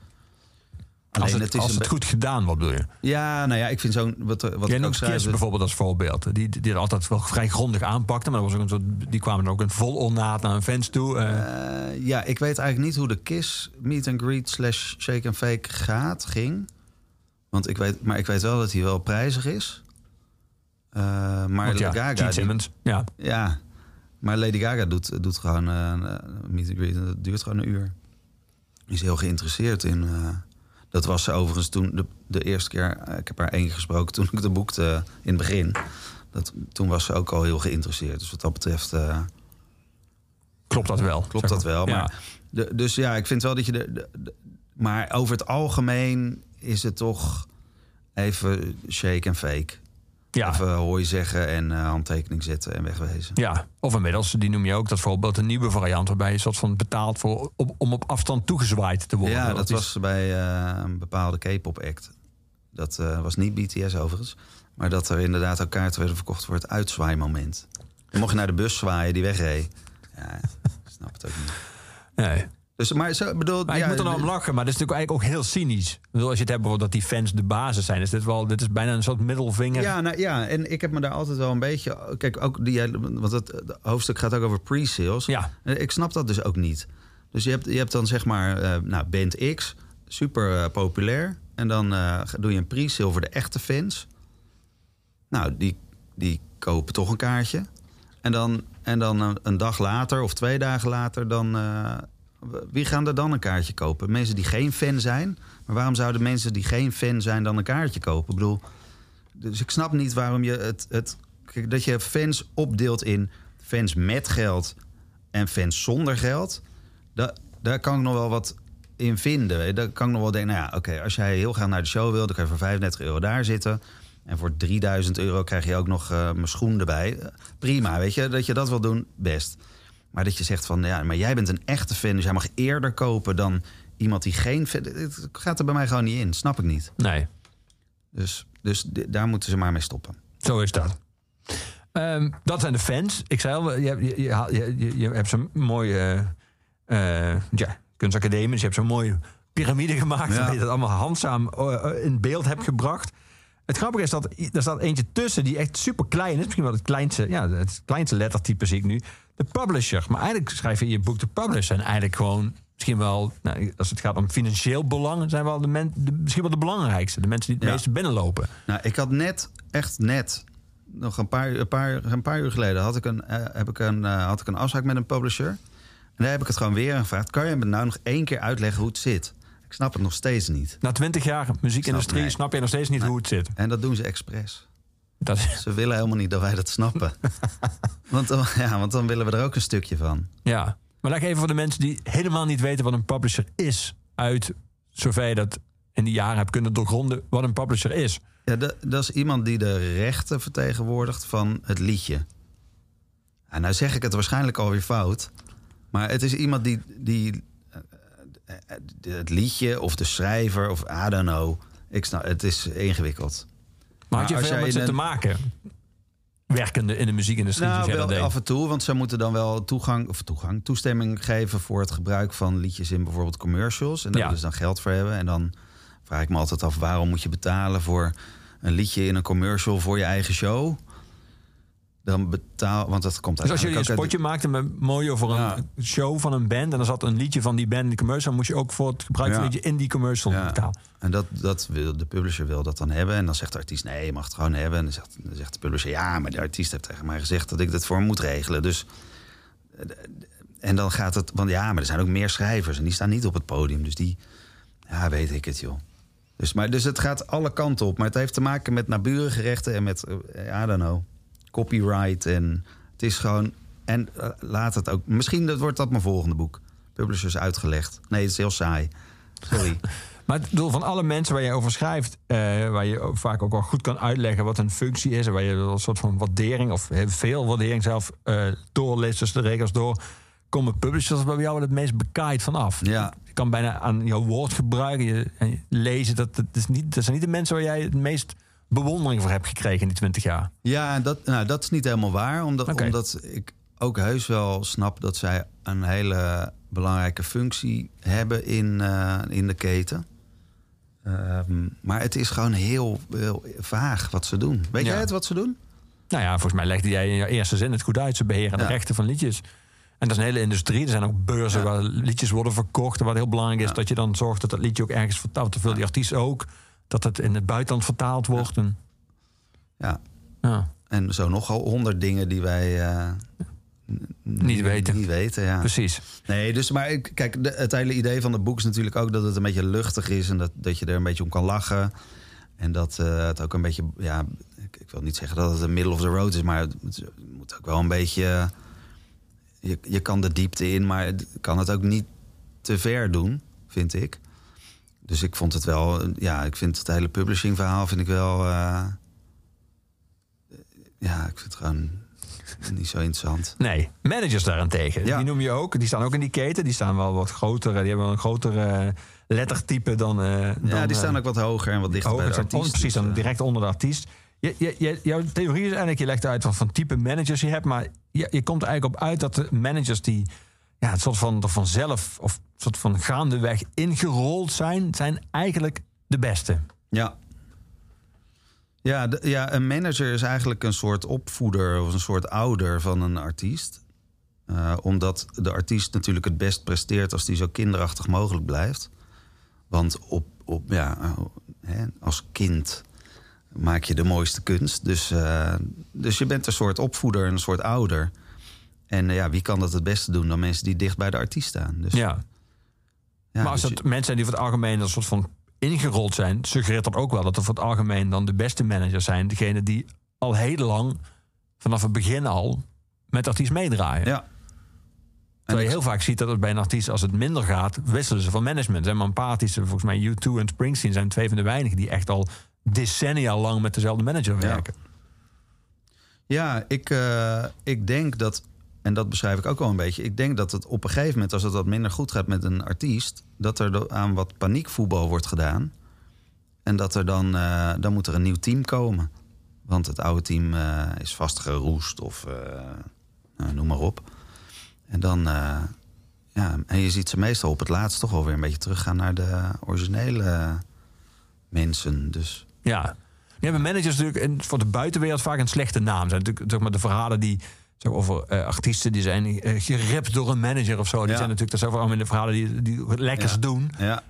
Als het goed gedaan, wat bedoel je? Ja, nou ja, ik vind zo'n... Wat jij noemt Kiss bijvoorbeeld als voorbeeld. Die het altijd wel vrij grondig aanpakte. Maar die kwamen dan ook een vol ornaat naar een fans toe. Ja, ik weet eigenlijk niet hoe de Kiss meet and greet / shake and fake ging. Ik weet wel dat hij wel prijzig is. Maar Lady Gaga... Simmons, ja, maar Lady Gaga doet gewoon meet and greet. En dat duurt gewoon een uur. Die is heel geïnteresseerd in... dat was ze overigens toen de eerste keer... Ik heb haar één keer gesproken toen ik de boekte in het begin. Toen was ze ook al heel geïnteresseerd. Dus wat dat betreft... klopt dat wel? Klopt dat wel. Maar dus ja, ik vind wel dat je... maar over het algemeen is het toch even shake en fake. Ja. Even hooi zeggen en handtekening zetten en wegwezen. Ja, of inmiddels, die noem je ook, dat voorbeeld een nieuwe variant... waarbij je soort van betaalt om op afstand toegezwaaid te worden. Ja, dat was bij een bepaalde K-pop act. Dat was niet BTS overigens. Maar dat er inderdaad ook kaarten werden verkocht voor het uitzwaaimoment. Dan mocht je naar de bus zwaaien die wegreed. Ja, ik snap het ook niet. Nee. Dus, maar ik moet er nou om lachen, maar dat is natuurlijk eigenlijk ook heel cynisch. Ik bedoel, als je het hebt over dat die fans de basis zijn... dit is bijna een soort middelvinger. Ja, en ik heb me daar altijd wel een beetje... Kijk, ook want het hoofdstuk gaat ook over pre-sales. Ja. Ik snap dat dus ook niet. Dus je hebt dan zeg maar band X, super populair... en dan doe je een pre-sale voor de echte fans. Nou, die kopen toch een kaartje. En dan een dag later of 2 dagen later... dan wie gaan er dan een kaartje kopen? Mensen die geen fan zijn. Maar waarom zouden mensen die geen fan zijn dan een kaartje kopen? Ik bedoel, dus ik snap niet waarom je dat je fans opdeelt in fans met geld en fans zonder geld. Daar kan ik nog wel wat in vinden. Daar kan ik nog wel denken, oké, als jij heel graag naar de show wil... dan kan je voor €35 daar zitten. En voor €3.000 krijg je ook nog mijn schoen erbij. Prima, weet je, dat je dat wil doen, best. Maar dat je zegt van, maar jij bent een echte fan... dus jij mag eerder kopen dan iemand die geen fan... Het gaat er bij mij gewoon niet in, snap ik niet. Nee. Dus daar moeten ze maar mee stoppen. Zo is dat. Dat zijn de fans. Ik zei al, je hebt zo'n mooie kunstacademie... dus je hebt zo'n mooie piramide gemaakt... waar je dat allemaal handzaam in beeld hebt gebracht... Het grappige is dat er staat eentje tussen die echt super klein is. Misschien wel het kleinste lettertype zie ik nu. de publisher. Maar eigenlijk schrijf je in je boek de publisher. En eigenlijk gewoon misschien wel, als het gaat om financieel belang, zijn wel misschien wel de belangrijkste. De mensen die het meeste binnenlopen. Nou, ik had net, nog een paar uur geleden had ik een afspraak met een publisher. En daar heb ik het gewoon weer aan gevraagd. Kan je me nou nog 1 keer uitleggen hoe het zit? Ik snap het nog steeds niet. Na 20 jaar muziekindustrie snap je nog steeds niet hoe het zit. En dat doen ze expres. Ze willen helemaal niet dat wij dat snappen. want dan willen we er ook een stukje van. Ja, maar leg even voor de mensen die helemaal niet weten wat een publisher is. Uit zover je dat in die jaren hebt kunnen doorgronden wat een publisher is. Ja, dat is iemand die de rechten vertegenwoordigt van het liedje. En nou zeg ik het waarschijnlijk alweer fout. Maar het is iemand die het liedje of de schrijver of I don't know. Ik snap, het is ingewikkeld. Maar had je veel met ze te maken? Werkende in de muziekindustrie? Nou, wel af en toe, want ze moeten dan wel toestemming geven voor het gebruik van liedjes in bijvoorbeeld commercials. En daar willen ze dan geld voor hebben. En dan vraag ik me altijd af, waarom moet je betalen voor een liedje in een commercial voor je eigen show? Dan want dat komt dus als jullie een spotje maakten met mooi over een show van een band en er zat een liedje van die band in de commercial, dan moet je ook voor het gebruik van het liedje in die commercial betalen. En dat wil de publisher wil dat dan hebben. En dan zegt de artiest, nee, je mag het gewoon hebben. En dan zegt de publisher, ja, maar de artiest heeft tegen mij gezegd dat ik dit voor hem moet regelen. Dus en dan gaat het, want maar er zijn ook meer schrijvers en die staan niet op het podium. Dus weet ik het, joh. Dus het gaat alle kanten op. Maar het heeft te maken met naburige rechten en met, I don't know, copyright. En het is gewoon, en laat het ook, misschien wordt dat mijn volgende boek. Publishers uitgelegd. Nee, het is heel saai. Sorry. Maar het doel van alle mensen waar je over schrijft, waar je vaak ook wel goed kan uitleggen wat een functie is, en waar je een soort van waardering of heel veel waardering zelf doorleest, dus de regels door, komen publishers bij jou het meest bekaaid vanaf. Ja. Je kan bijna aan jouw woord gebruiken en lezen. Dat zijn niet de mensen waar jij het meest bewondering voor hebt gekregen in die 20 jaar. Ja, en dat is niet helemaal waar, omdat ik ook heus wel snap dat zij een hele belangrijke functie hebben in de keten. Maar het is gewoon heel vaag wat ze doen. Weet jij het wat ze doen? Nou ja, volgens mij legde jij in jouw eerste zin het goed uit. Ze beheren de rechten van liedjes. En dat is een hele industrie. Er zijn ook beurzen waar liedjes worden verkocht. En wat heel belangrijk is, dat je dan zorgt dat het liedje ook ergens vertaald. Dat wil die artiest ook. Dat het in het buitenland vertaald wordt. En zo nogal 100 dingen die wij niet weten. Ja. Precies. Nee, dus maar kijk, het hele idee van het boek is natuurlijk ook dat het een beetje luchtig is. En dat je er een beetje om kan lachen. En dat het ook een beetje, ik wil niet zeggen dat het een middle of the road is, maar het moet ook wel een beetje. Je kan de diepte in, maar kan het ook niet te ver doen, vind ik. Dus ik vond het wel, ik vind het hele publishing verhaal vind ik wel, ik vind het gewoon niet zo interessant. Nee, managers daarentegen, die noem je ook, die staan ook in die keten, die staan wel wat groter, die hebben wel een grotere lettertype dan die staan ook wat hoger en wat dichter bij de artiest. Precies, dan direct onder de artiest. Jouw theorie is eigenlijk, je legt uit van type managers je hebt, maar je komt er eigenlijk op uit dat de managers die het soort van er vanzelf of soort van gaandeweg ingerold zijn eigenlijk de beste. Ja, een manager is eigenlijk een soort opvoeder of een soort ouder van een artiest. Omdat de artiest natuurlijk het best presteert als die zo kinderachtig mogelijk blijft. Want als kind maak je de mooiste kunst. Dus je bent een soort opvoeder en een soort ouder. En wie kan dat het beste doen dan mensen die dicht bij de artiest staan? Dus, maar als het mensen zijn die voor het algemeen een soort van ingerold zijn, suggereert dat ook wel dat er voor het algemeen dan de beste managers zijn. Degene die al heel lang, vanaf het begin al, met de artiest meedraaien. Ja. Terwijl je heel vaak ziet dat het bij een artiest, als het minder gaat, wisselen ze van management. Er zijn maar een paar artiesten, volgens mij U2 en Springsteen zijn 2 van de weinigen die echt al decennia lang met dezelfde manager werken. Ja, ik denk dat, en dat beschrijf ik ook wel een beetje, ik denk dat het op een gegeven moment, als het wat minder goed gaat met een artiest, dat er aan wat paniekvoetbal wordt gedaan. En dat er dan moet er een nieuw team komen. Want het oude team is vastgeroest of noem maar op. En dan, en je ziet ze meestal op het laatst toch wel weer een beetje teruggaan naar de originele mensen. Dus. Ja, je hebt managers natuurlijk voor de buitenwereld vaak een slechte naam. Zijn natuurlijk zeg maar de verhalen die Zo over artiesten die zijn geript door een manager of zo. Die zijn natuurlijk, dat zijn allemaal in de verhalen die lekkers doen. Ja.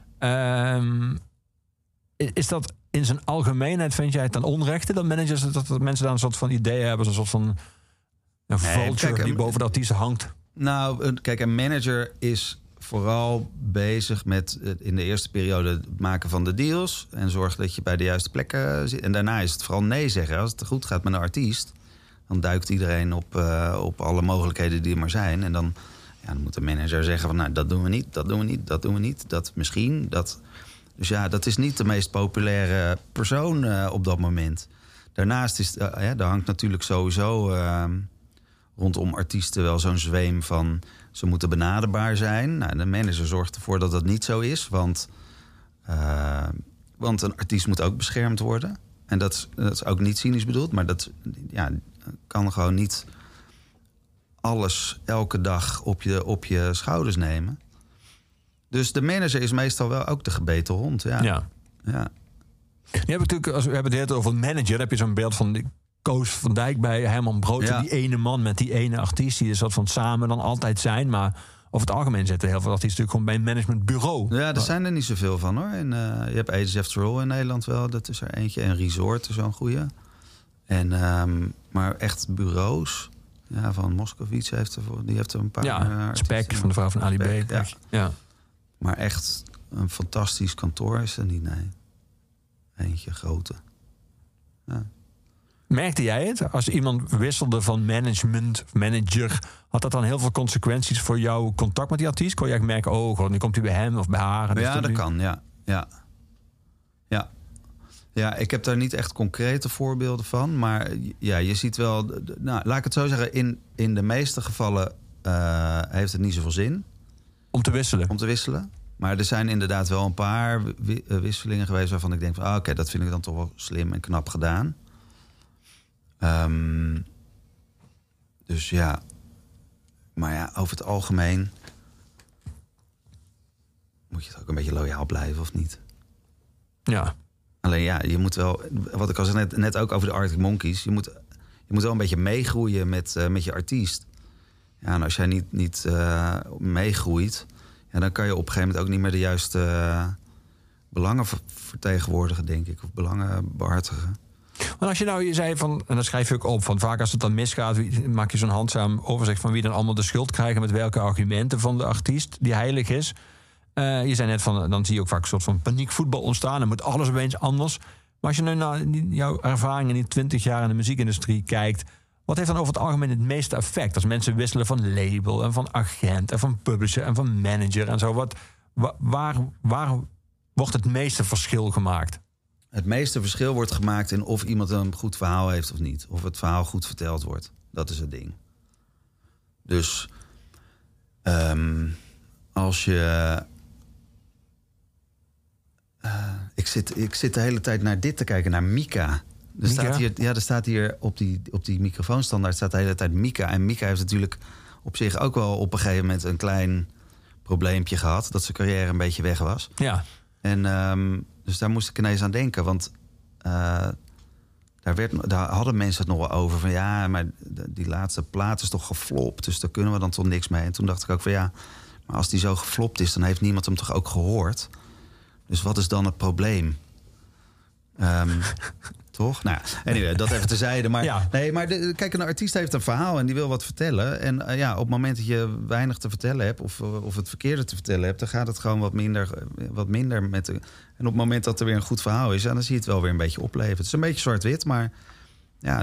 Is dat in zijn algemeenheid, vind jij het dan onrechte dat managers, dat mensen daar een soort van idee hebben, een soort van vulture die boven de artiesten hangt? Nou, kijk, een manager is vooral bezig met in de eerste periode het maken van de deals en zorgen dat je bij de juiste plekken zit. En daarna is het vooral nee zeggen. Als het goed gaat met een artiest, dan duikt iedereen op alle mogelijkheden die er maar zijn. En dan moet de manager zeggen van, nou, dat doen we niet, dat doen we niet, dat doen we niet, dat misschien, dat. Dus ja, dat is niet de meest populaire persoon op dat moment. Daarnaast is daar hangt natuurlijk sowieso rondom artiesten wel zo'n zweem van, ze moeten benaderbaar zijn. Nou, de manager zorgt ervoor dat dat niet zo is, want een artiest moet ook beschermd worden. En dat is ook niet cynisch bedoeld, maar dat kan gewoon niet alles elke dag op je schouders nemen. Dus de manager is meestal wel ook de gebeten hond. Ja. Je hebt natuurlijk, als we hebben het over manager, dan heb je zo'n beeld van Koos van Dijk bij Herman Brood. Ja. Die ene man met die ene artiest die er soort van samen dan altijd zijn. Maar over het algemeen zitten heel veel artiesten natuurlijk gewoon bij een managementbureau. Ja, er zijn er niet zoveel van hoor. En, je hebt Agents After All in Nederland wel, dat is er eentje. En Resort is zo'n goeie. En, maar echt bureaus. Ja, van Moskovits heeft er een paar. Ja, Spek van de vrouw van Ali B. Ja. Maar echt een fantastisch kantoor is er niet, nee. Eentje grote. Ja. Merkte jij het? Als iemand wisselde van manager, had dat dan heel veel consequenties voor jouw contact met die artiest? Kon je eigenlijk merken, oh god, nu komt hij bij hem of bij haar? Ja, dat kan, ja, ik heb daar niet echt concrete voorbeelden van. Maar ja, je ziet wel, nou, laat ik het zo zeggen, in de meeste gevallen heeft het niet zoveel zin. Om te wisselen? Maar er zijn inderdaad wel een paar wisselingen geweest waarvan ik denk van, oké, dat vind ik dan toch wel slim en knap gedaan. Dus ja. Maar ja, over het algemeen moet je het ook een beetje loyaal blijven, of niet? Ja. Alleen ja, je moet wel, wat ik al zei net ook over de Arctic Monkeys, je moet wel een beetje meegroeien met je artiest. Ja, en als jij niet meegroeit, ja, dan kan je op een gegeven moment ook niet meer de juiste belangen vertegenwoordigen, denk ik. Of belangen behartigen. Maar als je zei van, en dan schrijf je ook op, van vaak als het dan misgaat, maak je zo'n handzaam overzicht van wie dan allemaal de schuld krijgen met welke argumenten van de artiest die heilig is. Je zei net van, dan zie je ook vaak een soort van paniekvoetbal ontstaan. Dan moet alles opeens anders. Maar als je nu naar jouw ervaring in die 20 jaar in de muziekindustrie kijkt, wat heeft dan over het algemeen het meeste effect? Als mensen wisselen van label en van agent en van publisher en van manager en zo. Waar wordt het meeste verschil gemaakt? Het meeste verschil wordt gemaakt in of iemand een goed verhaal heeft of niet. Of het verhaal goed verteld wordt. Dat is het ding. Dus als je... Ik zit de hele tijd naar dit te kijken, naar Mika. Er staat hier op die microfoonstandaard staat de hele tijd Mika. En Mika heeft natuurlijk op zich ook wel op een gegeven moment een klein probleempje gehad. Dat zijn carrière een beetje weg was. Ja. En dus daar moest ik ineens aan denken. Want daar hadden mensen het nog wel over. Van ja, maar die laatste plaat is toch geflopt. Dus daar kunnen we dan toch niks mee. En toen dacht ik ook van ja, maar als die zo geflopt is, dan heeft niemand hem toch ook gehoord. Dus wat is dan het probleem? Toch? Nou ja, anyway, dat even terzijde. Maar, ja. Nee, maar kijk, een artiest heeft een verhaal en die wil wat vertellen. En op het moment dat je weinig te vertellen hebt of het verkeerde te vertellen hebt, dan gaat het gewoon wat minder met. En op het moment dat er weer een goed verhaal is, dan zie je het wel weer een beetje opleven. Het is een beetje zwart-wit, maar ja,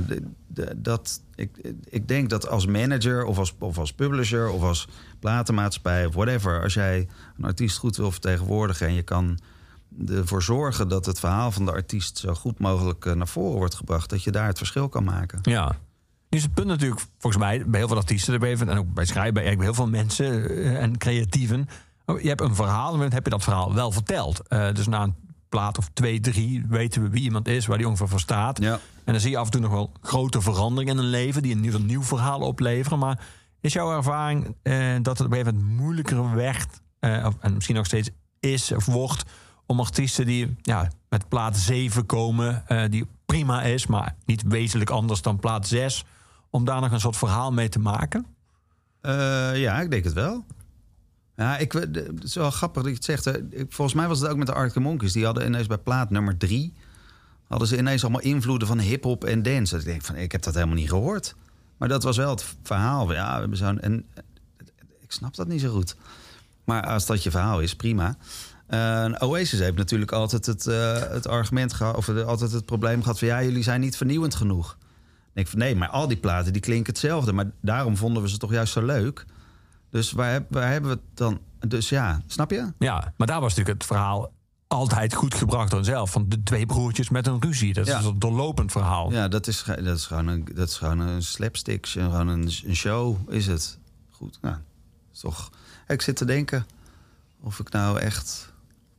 ik denk dat als manager of als publisher of als platenmaatschappij of whatever, als jij een artiest goed wil vertegenwoordigen en je kan ervoor zorgen dat het verhaal van de artiest zo goed mogelijk naar voren wordt gebracht, dat je daar het verschil kan maken. Ja. Nu is het punt natuurlijk, volgens mij, bij heel veel artiesten en ook bij schrijven, bij heel veel mensen en creatieven. Je hebt een verhaal, dan heb je dat verhaal wel verteld. Dus na een plaat of 2, 3 weten we wie iemand is, waar die ongeveer voor staat. Ja. En dan zie je af en toe nog wel grote veranderingen in een leven die een nieuw verhaal opleveren. Maar is jouw ervaring dat het op een gegeven moment moeilijker werd, en misschien nog steeds is of wordt, om artiesten die met plaat 7 komen, die prima is, maar niet wezenlijk anders dan plaat 6, om daar nog een soort verhaal mee te maken? Ja, ik denk het wel. Ja, het is wel grappig dat je het zegt. Hè. Volgens mij was het ook met de Arctic Monkeys. Die hadden ineens bij plaat nummer 3... hadden ze ineens allemaal invloeden van hip-hop en dance. Dat ik denk van, ik heb dat helemaal niet gehoord. Maar dat was wel het verhaal. Ja, we hebben zo'n... En ik snap dat niet zo goed. Maar als dat je verhaal is, prima. Oasis heeft natuurlijk altijd het argument gehad... of altijd het probleem gehad van... ja, jullie zijn niet vernieuwend genoeg. Dan denk ik van, nee, maar al die platen die klinken hetzelfde. Maar daarom vonden we ze toch juist zo leuk. Dus waar hebben we het dan... Dus ja, snap je? Ja, maar daar was natuurlijk het verhaal... altijd goed gebracht door zelf. Van de 2 broertjes met een ruzie. Dat is een doorlopend verhaal. Ja, dat is gewoon een slapstick. Gewoon een show is het. Goed, nou, is toch... Ik zit te denken of ik nou echt...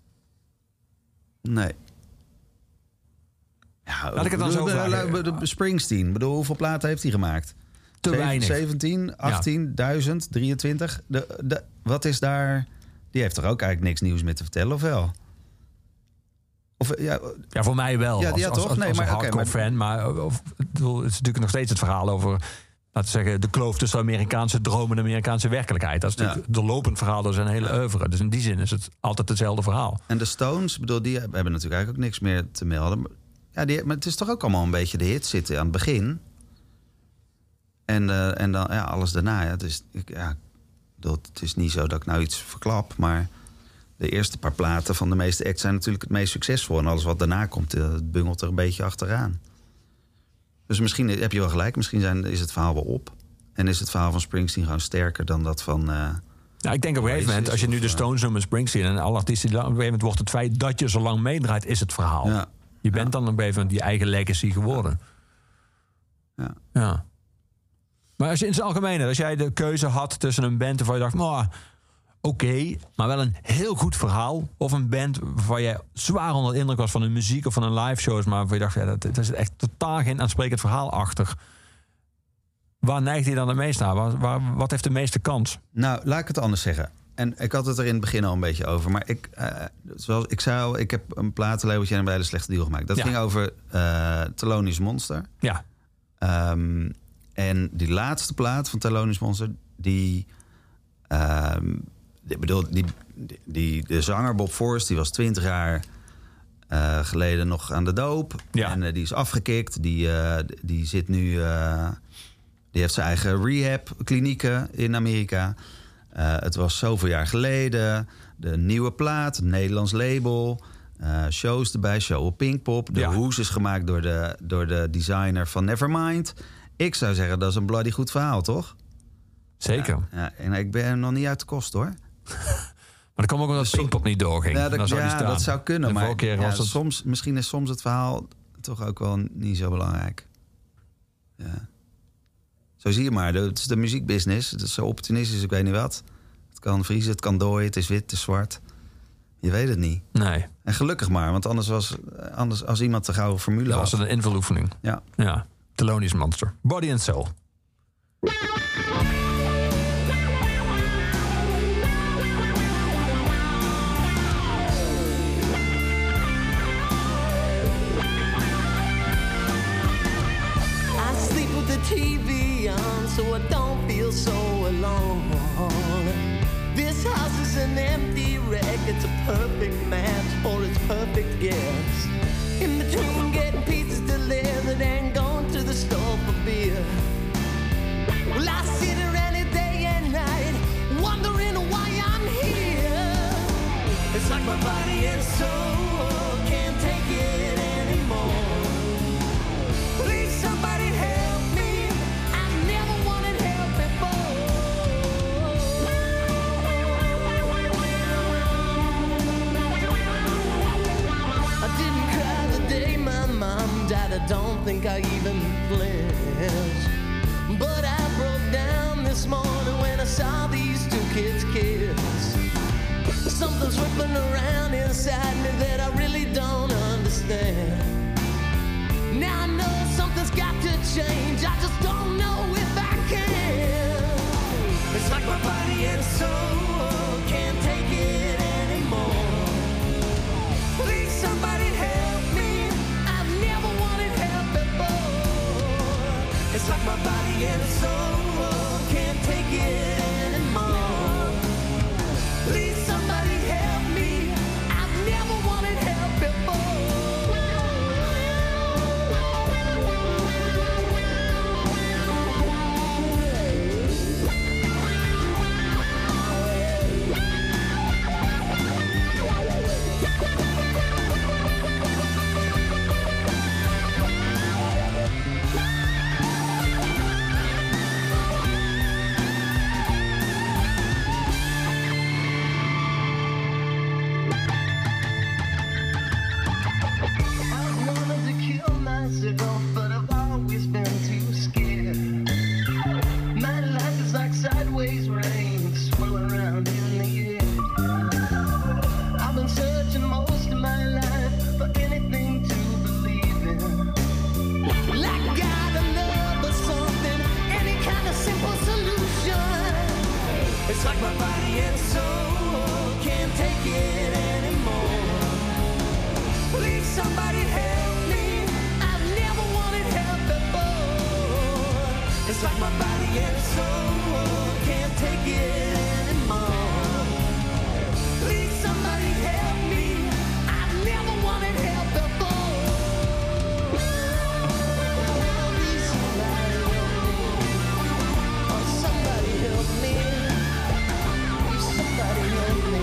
Nee. Ja, laat ik het dan zo vragen. Springsteen, bedoel, hoeveel platen heeft hij gemaakt? Te weinig. 17, 18, 1000, 23. Wat is daar... Die heeft toch ook eigenlijk niks nieuws meer te vertellen, of wel? Of, ja, voor mij wel. Ja, toch? Als een hardcore fan. Maar het is natuurlijk nog steeds het verhaal over... laten we zeggen, de kloof tussen de Amerikaanse droom en de Amerikaanse werkelijkheid. Dat is natuurlijk de lopend verhaal door zijn hele oeuvre. Dus in die zin is het altijd hetzelfde verhaal. En de Stones, bedoel, die hebben natuurlijk eigenlijk ook niks meer te melden. Ja, maar het is toch ook allemaal een beetje de hit zitten aan het begin. En dan alles daarna. Ja, het is niet zo dat ik nou iets verklap, maar... De eerste paar platen van de meeste acts zijn natuurlijk het meest succesvol. En alles wat daarna komt, het bungelt er een beetje achteraan. Dus misschien heb je wel gelijk. Misschien is het verhaal wel op. En is het verhaal van Springsteen gewoon sterker dan dat van... Ja, ik denk op een gegeven moment, als je nu de Stones noemt met Springsteen... en alle artiesten, op een gegeven moment wordt het feit dat je zo lang meedraait, is het verhaal. Ja. Je bent dan op een gegeven moment die eigen legacy geworden. Ja. Maar als je in het algemeen, als jij de keuze had tussen een band waarvan je dacht... Oké, maar wel een heel goed verhaal. Of een band waar je zwaar onder de indruk was van een muziek of van een live shows, maar waar je dacht, dat is echt totaal geen aansprekend verhaal achter. Waar neigt hij dan het meest naar? Wat heeft de meeste kans? Nou, laat ik het anders zeggen. En ik had het er in het begin al een beetje over. Maar zoals ik zei, ik heb een platenlabeltje en een hele slechte deal gemaakt. Dat ging over Thelonious Monster. Ja. En die laatste plaat van Thelonious Monster, de zanger Bob Forrest, die was 20 jaar geleden nog aan de doop. Ja. En die is afgekikt. Die zit nu... die heeft zijn eigen rehab-klinieken in Amerika. Het was zoveel jaar geleden. De nieuwe plaat, het Nederlands label. Shows erbij, show op Pinkpop. De hoes is gemaakt door de designer van Nevermind. Ik zou zeggen, dat is een bloody goed verhaal, toch? Zeker. Ja, en ik ben nog niet uit de kost, hoor. Maar dan kwam ook omdat Pinkpop niet doorging. Ja, dat zou kunnen. Maar was het... misschien is soms het verhaal toch ook wel niet zo belangrijk. Ja. Zo zie je maar. Het is de muziekbusiness. Het is zo opportunistisch, ik weet niet wat. Het kan vriezen, het kan dooien, het is wit, het is zwart. Je weet het niet. Nee. En gelukkig maar, want anders als iemand de gouden formule had... was het een invuloefening. Ja. Thelonious Monster. Body and Soul. TV on so I don't feel so alone. This house is an empty wreck. It's a perfect match for its perfect guest. In between getting pizzas delivered and going to the store for beer. Well, I sit around it day and night, wondering why I'm here. It's like my body and soul can't take it anymore. Please, somebody help me. I don't think I even flinched. But I broke down this morning when I saw these two kids kiss. Something's whipping around inside me that I really don't understand. Now I know something's got to change, I just don't know if I can. It's like my body and soul can't take it anymore. Please, somebody help me. It's like my body It's like my body and soul can't take it anymore. Please somebody help me, I never wanted help before. Please somebody help me, oh somebody help me, please somebody help me.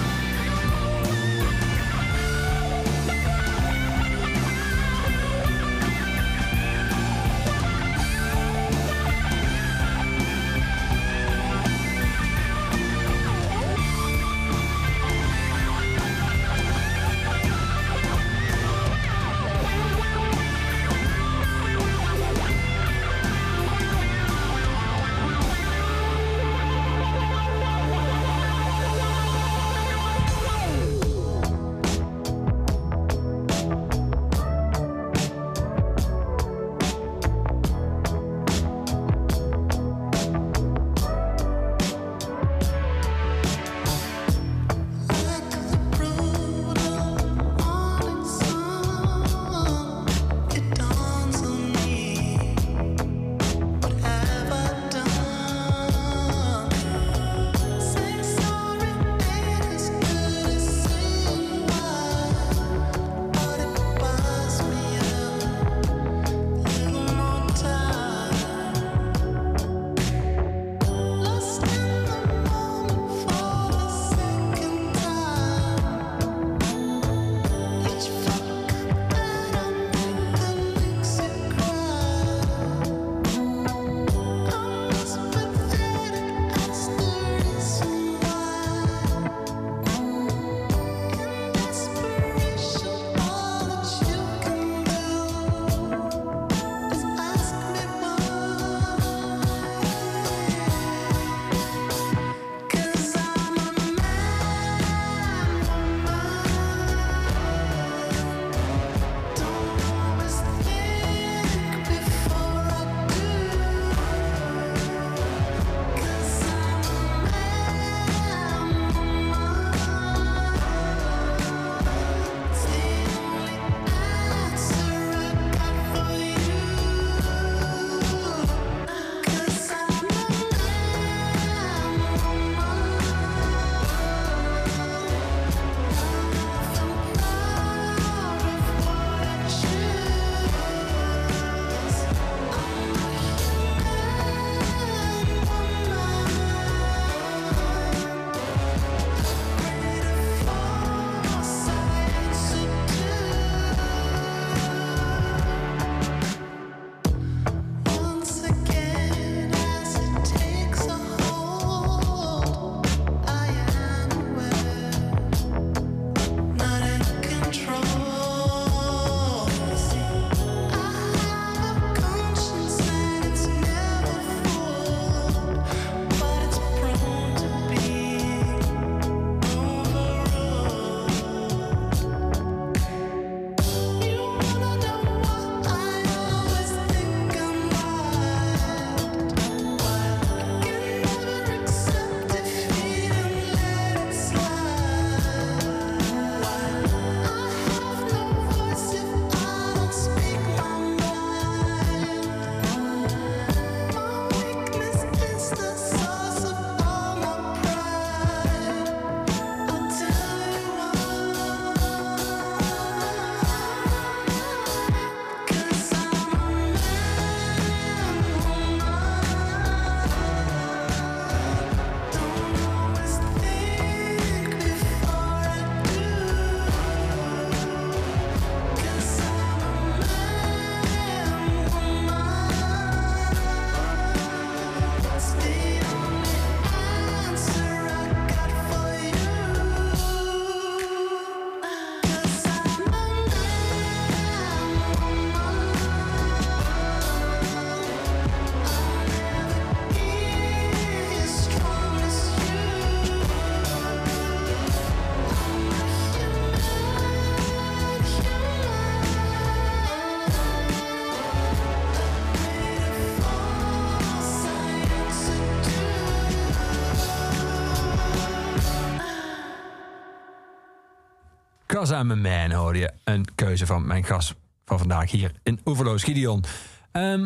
'Cause I'm a Man hoorde je. Een keuze van mijn gast van vandaag hier in Oeverloos, Gideon.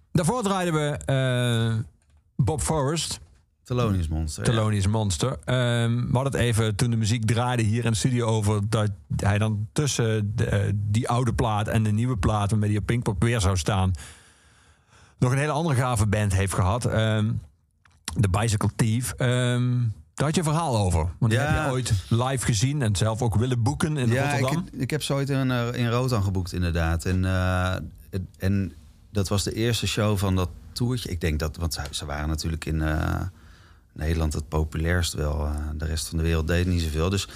Daarvoor draaiden we Bob Forrest. Thelonious Monster. Thelonious Monster. We hadden het even toen de muziek draaide hier in de studio over dat hij dan tussen die oude plaat en de nieuwe plaat waarmee hij op Pinkpop weer zou staan nog een hele andere gave band heeft gehad. The Bicycle Thief. Daar had je een verhaal over. Want die heb je ooit live gezien en zelf ook willen boeken in Rotterdam. Ik heb ze ooit in Rotterdam geboekt inderdaad. En dat was de eerste show van dat toertje. Ik denk dat, want ze waren natuurlijk in Nederland het populairst wel. De rest van de wereld deed niet zoveel. Dus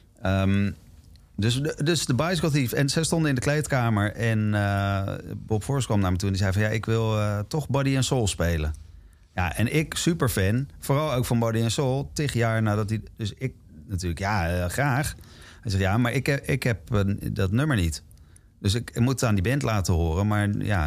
de Bicycle Thief. En zij stonden in de kleedkamer. En Bob Forrest kwam naar me toe en die zei van... ik wil toch Body and Soul spelen. Ja, en ik, super fan. Vooral ook van Body and Soul. 10 jaar nadat hij... Dus ik natuurlijk, graag. Hij zegt, maar ik heb dat nummer niet. Dus ik moet het aan die band laten horen. Maar ja,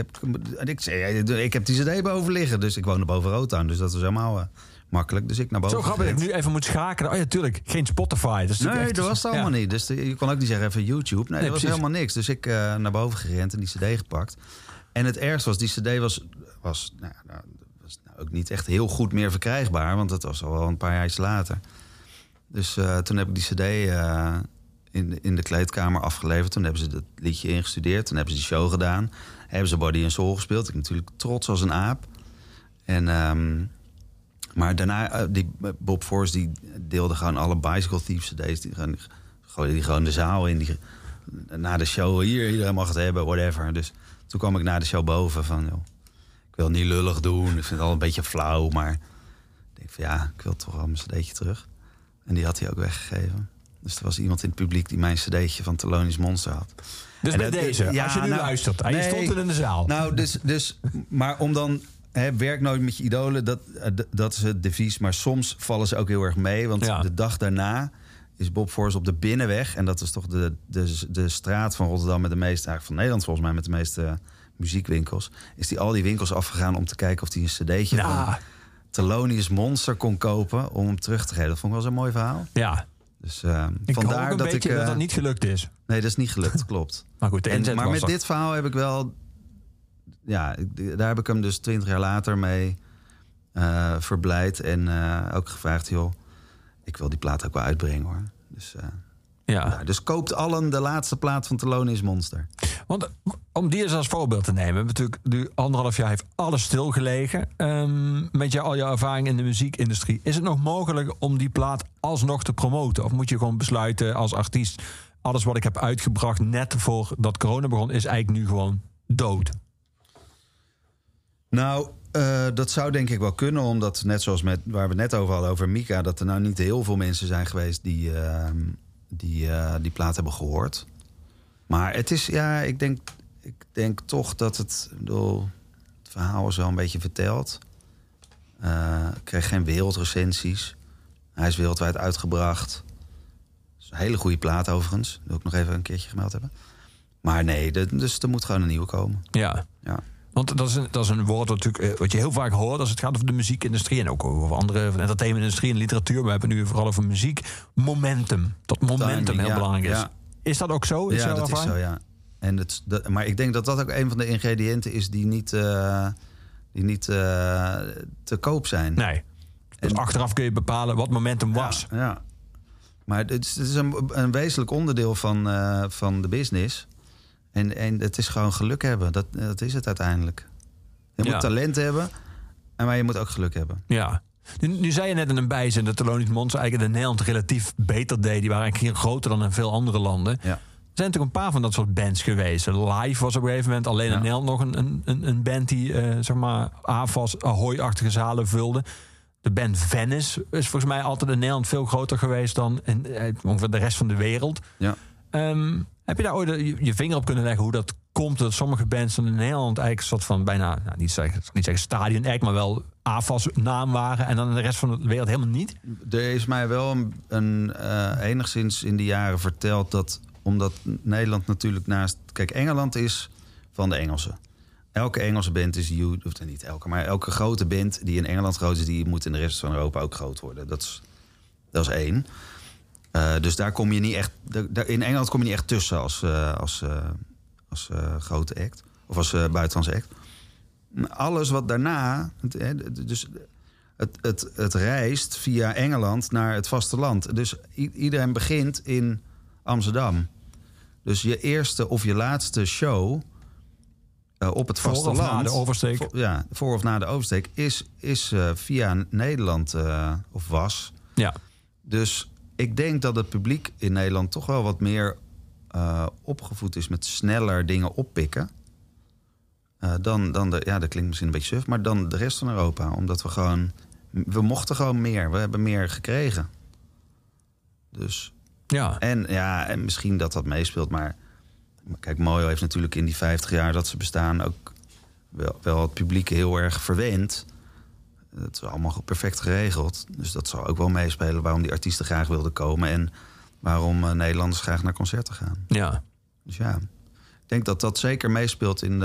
ik heb die cd boven liggen. Dus ik woonde boven Rotterdam. Dus dat was helemaal makkelijk. Dus ik naar boven. Zo grappig dat ik nu even moet schakelen. Oh ja, tuurlijk. Geen Spotify. Dat dat was het allemaal niet. Dus je kon ook niet zeggen even YouTube. Nee, dat was helemaal niks. Dus ik naar boven gerend en die cd gepakt. En het ergste was, die cd was ook niet echt heel goed meer verkrijgbaar. Want dat was al wel een paar jaar later. Dus toen heb ik die cd in de kleedkamer afgeleverd. Toen hebben ze dat liedje ingestudeerd. Toen hebben ze die show gedaan. Hebben ze Body and Soul gespeeld. Ik natuurlijk trots als een aap. En... maar daarna, die Bob Forrest die deelde gewoon alle Bicycle Thief cd's. Die gooide die gewoon de zaal in. Na de show, iedereen mag het hebben, whatever. Dus toen kwam ik na de show boven van... Joh, ik wil niet lullig doen, ik vind het al een beetje flauw. Maar ik denk van ik wil toch wel mijn cd'tje terug. En die had hij ook weggegeven. Dus er was iemand in het publiek die mijn cd'tje van Thelonious Monster had. Dus bij deze, als je nu luistert en je stond er in de zaal. Nou, dus maar om dan... werk nooit met je idolen, dat is het devies. Maar soms vallen ze ook heel erg mee. Want de dag daarna is Bob Forrest op de Binnenweg. En dat is toch de straat van Rotterdam met de meeste... eigenlijk van Nederland volgens mij met de meeste muziekwinkels. Is hij al die winkels afgegaan om te kijken of hij een cd'tje van Thelonious Monster kon kopen... om hem terug te geven. Dat vond ik wel zo'n mooi verhaal. Ja. Dus vandaar dat dat niet gelukt is. Nee, dat is niet gelukt, klopt. Maar goed, maar met dit verhaal heb ik wel... Ja, daar heb ik hem dus 20 jaar later mee verblijd. En ook gevraagd, joh, ik wil die plaat ook wel uitbrengen, hoor. Dus, dus koopt allen de laatste plaat van Thelonious Monster. Want om die eens als voorbeeld te nemen... natuurlijk, nu 1,5 jaar heeft alles stilgelegen. Met al jouw ervaring in de muziekindustrie... is het nog mogelijk om die plaat alsnog te promoten? Of moet je gewoon besluiten als artiest... alles wat ik heb uitgebracht net voordat corona begon... is eigenlijk nu gewoon dood? Nou, dat zou denk ik wel kunnen, omdat net zoals waar we het net over hadden, over Mika... dat er nou niet heel veel mensen zijn geweest die plaat hebben gehoord. Maar het is, ik denk toch dat het verhaal is wel een beetje verteld. Ik kreeg geen wereldrecensies. Hij is wereldwijd uitgebracht. Dat is een hele goede plaat overigens. Dat wil ik nog even een keertje gemeld hebben. Maar nee, dus er moet gewoon een nieuwe komen. Ja. Want dat is een woord wat je heel vaak hoort als het gaat over de muziekindustrie... en ook over andere entertainmentindustrie en literatuur. We hebben nu vooral over muziek. Momentum. Dat momentum timing, heel belangrijk is. Ja. Is dat ook zo? Ja, dat is zo, ja. En maar ik denk dat dat ook een van de ingrediënten is die niet te koop zijn. Nee. Dus achteraf kun je bepalen wat momentum was. Ja. Maar het is een wezenlijk onderdeel van de business... En het is gewoon geluk hebben. Dat is het uiteindelijk. Je moet talent hebben, maar je moet ook geluk hebben. Ja. Nu zei je net in een bijzin dat Thelonious Monster eigenlijk in Nederland relatief beter deed. Die waren eigenlijk hier groter dan in veel andere landen. Ja. Er zijn natuurlijk een paar van dat soort bands geweest. Live was op een gegeven moment alleen in Nederland nog een band die AFAS, Ahoy-achtige zalen vulde. De band Venice is volgens mij altijd in Nederland veel groter geweest dan in ongeveer de rest van de wereld. Ja. Heb je daar ooit je vinger op kunnen leggen hoe dat komt dat sommige bands in Nederland eigenlijk een soort van bijna, niet zeggen stadion act, maar wel AFAS naam waren en dan in de rest van de wereld helemaal niet? Er is mij wel enigszins in die jaren verteld dat, omdat Nederland natuurlijk naast... Kijk, Engeland is van de Engelsen. Elke Engelse band is of niet elke, maar elke grote band die in Engeland groot is, die moet in de rest van Europa ook groot worden. Dat is één. Dus daar kom je niet echt... In Engeland kom je niet echt tussen als grote act. Of als buitenlandse act. alles wat daarna... Dus het reist via Engeland naar het vasteland. Dus iedereen begint in Amsterdam. Dus je eerste of je laatste show op het vasteland... Voor of na de oversteek. Voor of na de oversteek is via Nederland of was. Ja. Dus ik denk dat het publiek in Nederland toch wel wat meer opgevoed is met sneller dingen oppikken. Dan dat klinkt misschien een beetje suf, maar dan de rest van Europa. Omdat we mochten gewoon meer. We hebben meer gekregen. Dus... Ja. En misschien dat meespeelt, maar kijk, Mojo heeft natuurlijk in die 50 jaar dat ze bestaan ook wel het publiek heel erg verwend. Dat is allemaal perfect geregeld. Dus dat zal ook wel meespelen waarom die artiesten graag wilden komen en waarom Nederlanders graag naar concerten gaan. Ja. Dus ja, ik denk dat dat zeker meespeelt in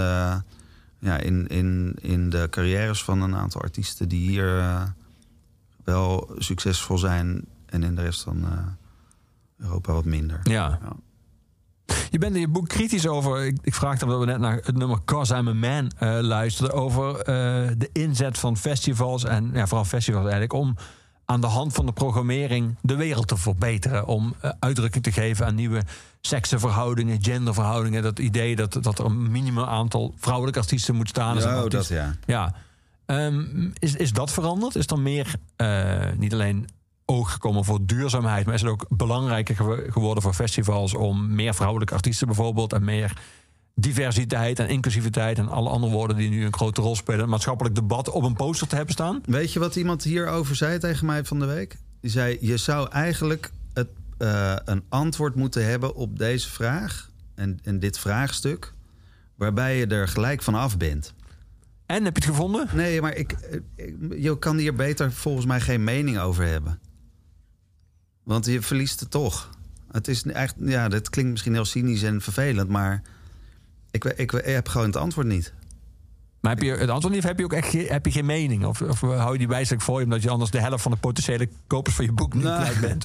de carrières van een aantal artiesten die hier wel succesvol zijn en in de rest van Europa wat minder. Ja. Je bent in je boek kritisch over... Ik vraagde omdat we net naar het nummer 'Cause I'm a Man luisterden... over de inzet van festivals en vooral festivals eigenlijk... om aan de hand van de programmering de wereld te verbeteren. Om uitdrukking te geven aan nieuwe seksenverhoudingen, genderverhoudingen. Dat idee dat er een minimum aantal vrouwelijke artiesten moet staan. Ja. Is dat veranderd? Is er meer niet alleen oog gekomen voor duurzaamheid, maar is het ook belangrijker geworden voor festivals om meer vrouwelijke artiesten bijvoorbeeld en meer diversiteit en inclusiviteit en alle andere woorden die nu een grote rol spelen, een maatschappelijk debat op een poster te hebben staan? Weet je wat iemand hierover zei tegen mij van de week? Die zei, je zou eigenlijk een antwoord moeten hebben op deze vraag en dit vraagstuk, waarbij je er gelijk van af bent. En, heb je het gevonden? Nee, maar je kan hier beter volgens mij geen mening over hebben. Want je verliest het toch. Het is echt, dat klinkt misschien heel cynisch en vervelend, maar ik heb gewoon het antwoord niet. Maar heb je het antwoord niet of heb je ook echt heb je geen mening? Of hou je die wijselijk voor je omdat je anders de helft van de potentiële kopers van je boek niet blij bent?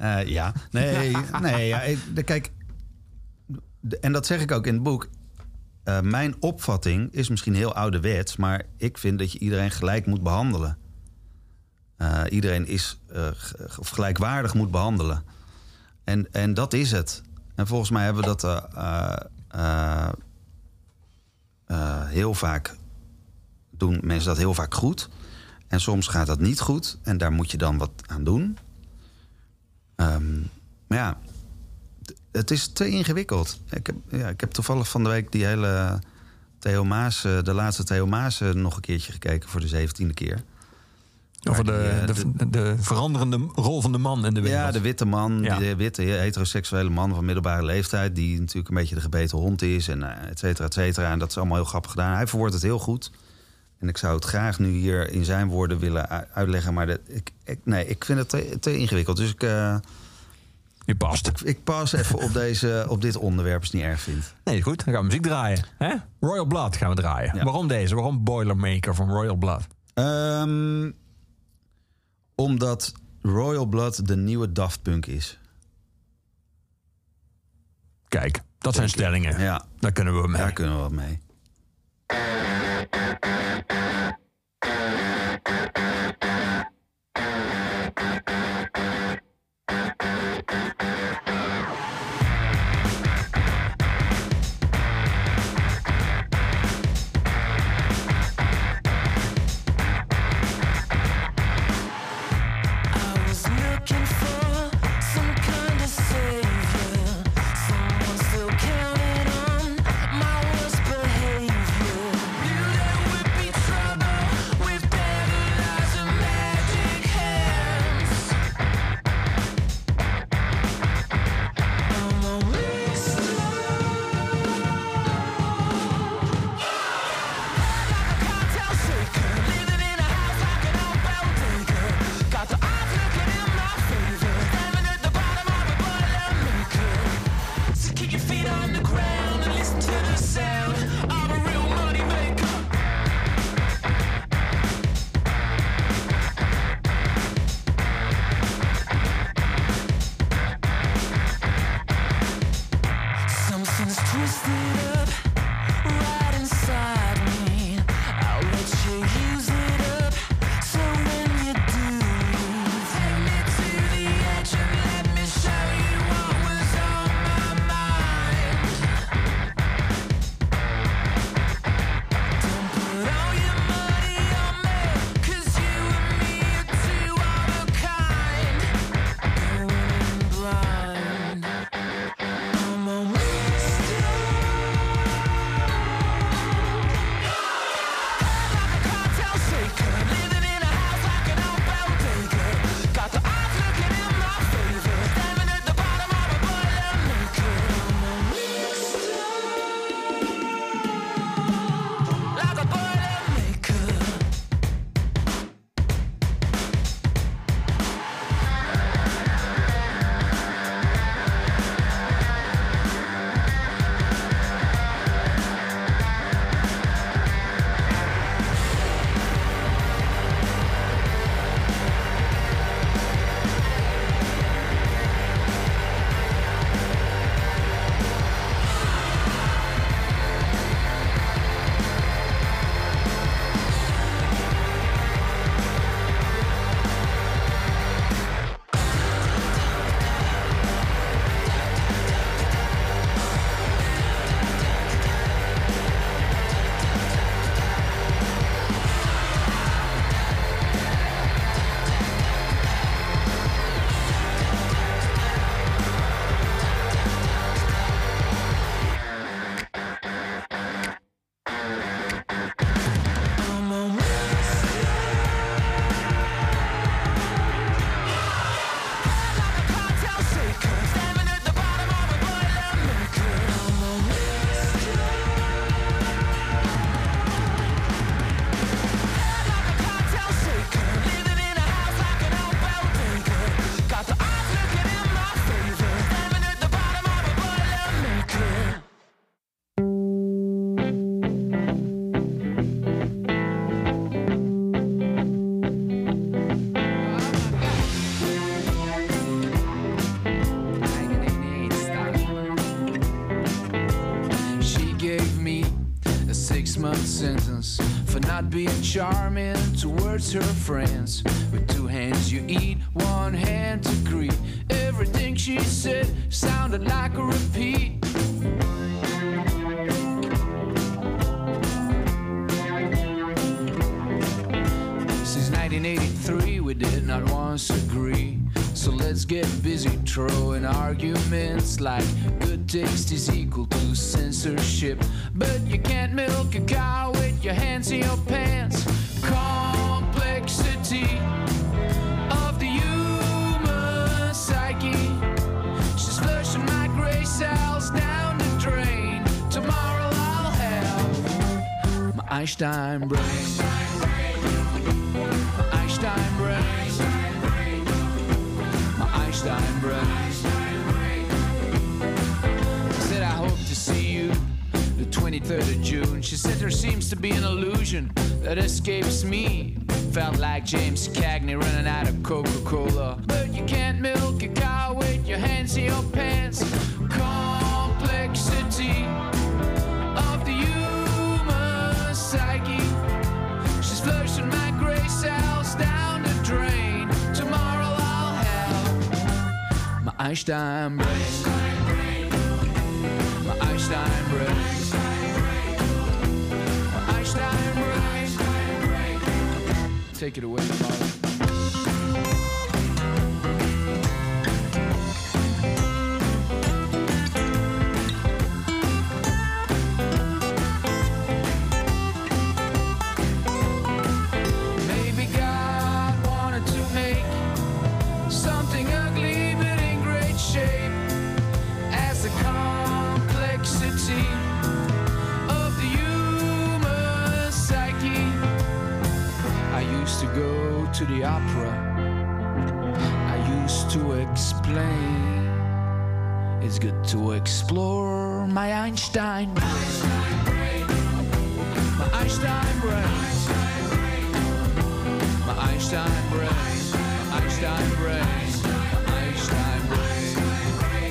Kijk, en dat zeg ik ook in het boek. Mijn opvatting is misschien heel ouderwets, maar ik vind dat je iedereen gelijk moet behandelen. Iedereen is of gelijkwaardig moet behandelen. En dat is het. En volgens mij hebben we dat heel vaak doen mensen dat heel vaak goed. En soms gaat dat niet goed. En daar moet je dan wat aan doen. Maar ja, het is te ingewikkeld. Ik heb toevallig van de week die hele Theo Maas, de laatste Theo Maas nog een keertje gekeken voor de 17e keer. Over de veranderende rol van de man in de wereld. Ja, de witte man, de witte heteroseksuele man van middelbare leeftijd, die natuurlijk een beetje de gebeten hond is en et cetera, et cetera. En dat is allemaal heel grappig gedaan. Hij verwoordt het heel goed. En ik zou het graag nu hier in zijn woorden willen uitleggen, maar ik vind het te ingewikkeld. Dus je past. Ik pas even op dit onderwerp, als je het niet erg vindt. Nee, goed. Dan gaan we muziek draaien. Hè? Royal Blood gaan we draaien. Ja. Waarom deze? Waarom Boilermaker van Royal Blood? Omdat Royal Blood de nieuwe Daft Punk is. Kijk, dat zijn stellingen. Ja. Daar kunnen we mee. Daar kunnen we wat mee. Savior, someone still counting on my worst behavior. sentence for not being charming towards her friends. With 2 hands you eat, 1 hand to greet. Everything she said sounded like a repeat. Since 1983 we did not once agree. So let's get busy throwing arguments like good taste is equal to censorship. But you can't milk a cow with your hands in your pants. Complexity of the human psyche. She's flushing my gray cells down the drain. Tomorrow I'll have my Einstein brain. My Einstein brain. Einstein brain. Said I hope to see you the 23rd of June. She said there seems to be an illusion that escapes me. Felt like James Cagney running out of Coca-Cola. But you can't milk a cow with your hands in your pants. Complexity of the human psyche. She's flushing my gray cells down the drain. Tomorrow I'll have my Einstein brain. My Einstein brain. My Einstein brain. Take it away, Molly. To the opera, I used to explain. It's good to explore my Einstein brain. My Einstein brain. My Einstein brain. My Einstein brain. My Einstein brain.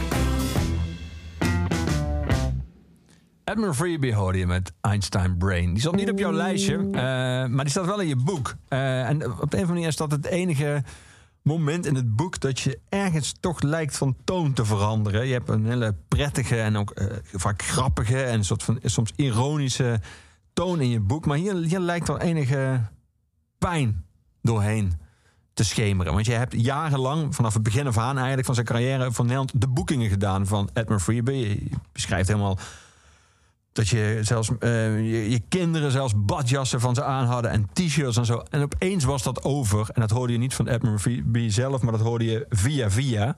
Edmund Freebie hoorde je met Einstein Brain. Die zat niet op jouw lijstje, maar die staat wel in je boek. En op de een of andere manier is dat het enige moment in het boek dat je ergens toch lijkt van toon te veranderen. Je hebt een hele prettige en ook vaak grappige en een soort van soms ironische toon in je boek. Maar hier lijkt wel enige pijn doorheen te schemeren. Want je hebt jarenlang, vanaf het begin af aan eigenlijk van zijn carrière van Nederland, de boekingen gedaan van Edmund Freebie. Je beschrijft helemaal dat je zelfs je kinderen zelfs badjassen van ze aan hadden en t-shirts en zo. En opeens was dat over. En dat hoorde je niet van Edmund Freebie zelf, maar dat hoorde je via.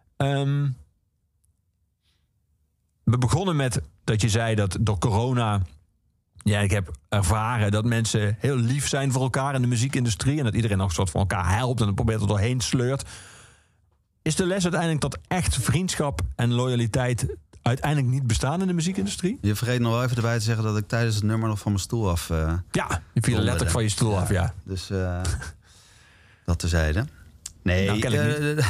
We begonnen met dat je zei dat door corona, ja, ik heb ervaren dat mensen heel lief zijn voor elkaar in de muziekindustrie en dat iedereen nog een soort van elkaar helpt en probeert er doorheen sleurt. Is de les uiteindelijk dat echt vriendschap en loyaliteit uiteindelijk niet bestaan in de muziekindustrie? Je vergeet nog wel even erbij te zeggen dat ik tijdens het nummer nog van mijn stoel af... ja, je viel letterlijk van je stoel af, ja. Dus dat terzijde. Nee, nou, ken ik niet.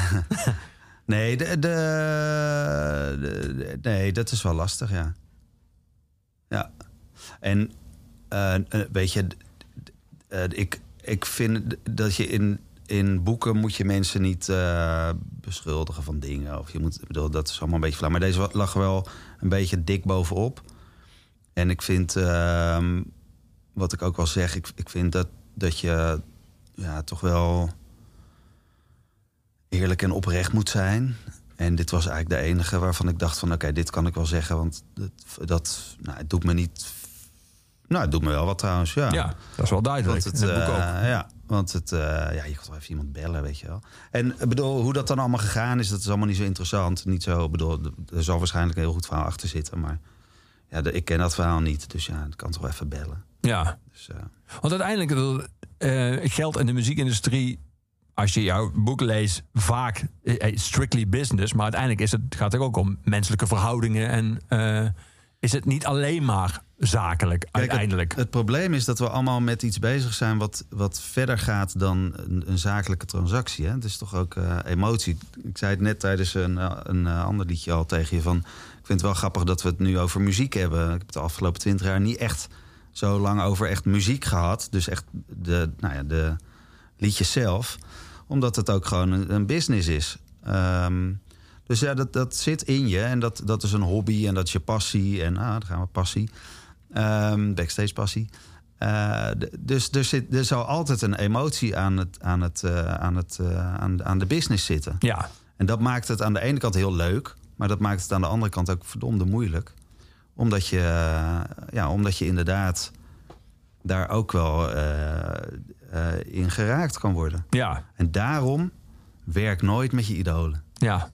Nee, dat is wel lastig, ja. Ja. En weet je, ik vind dat je in boeken moet je mensen niet beschuldigen van dingen. Of je moet, ik bedoel, dat is allemaal een beetje flauw. Maar deze lag wel een beetje dik bovenop. En ik vind, wat ik ook wel zeg, ik vind dat je ja, toch wel eerlijk en oprecht moet zijn. En dit was eigenlijk de enige waarvan ik dacht van oké, dit kan ik wel zeggen. Want het doet me niet... Nou, het doet me wel wat trouwens, ja. Ja, dat is wel duidelijk. Want het boek ook. Ja, want je kan wel even iemand bellen, weet je wel. En ik bedoel, hoe dat dan allemaal gegaan is, dat is allemaal niet zo interessant. Niet zo, bedoel, er zal waarschijnlijk een heel goed verhaal achter zitten. Maar ja, ik ken dat verhaal niet. Dus ja, ik kan toch wel even bellen. Ja. Dus, want uiteindelijk geldt in de muziekindustrie, als je jouw boek leest, vaak strictly business. Maar uiteindelijk gaat het ook om menselijke verhoudingen. En is het niet alleen maar zakelijk, uiteindelijk. Kijk, het probleem is dat we allemaal met iets bezig zijn wat verder gaat dan een zakelijke transactie. Hè? Het is toch ook emotie. Ik zei het net tijdens een ander liedje al tegen je van, ik vind het wel grappig dat we het nu over muziek hebben. Ik heb de afgelopen 20 jaar niet echt zo lang over echt muziek gehad. Dus echt de liedjes zelf. Omdat het ook gewoon een business is. Dus ja, dat zit in je. En dat is een hobby en dat is je passie. En daar gaan we passie. Backstage passie. Dus er zal altijd een emotie aan de business zitten. Ja. En dat maakt het aan de ene kant heel leuk. Maar dat maakt het aan de andere kant ook verdomde moeilijk. Omdat je inderdaad daar ook wel in geraakt kan worden. Ja. En daarom werk nooit met je idolen. Ja.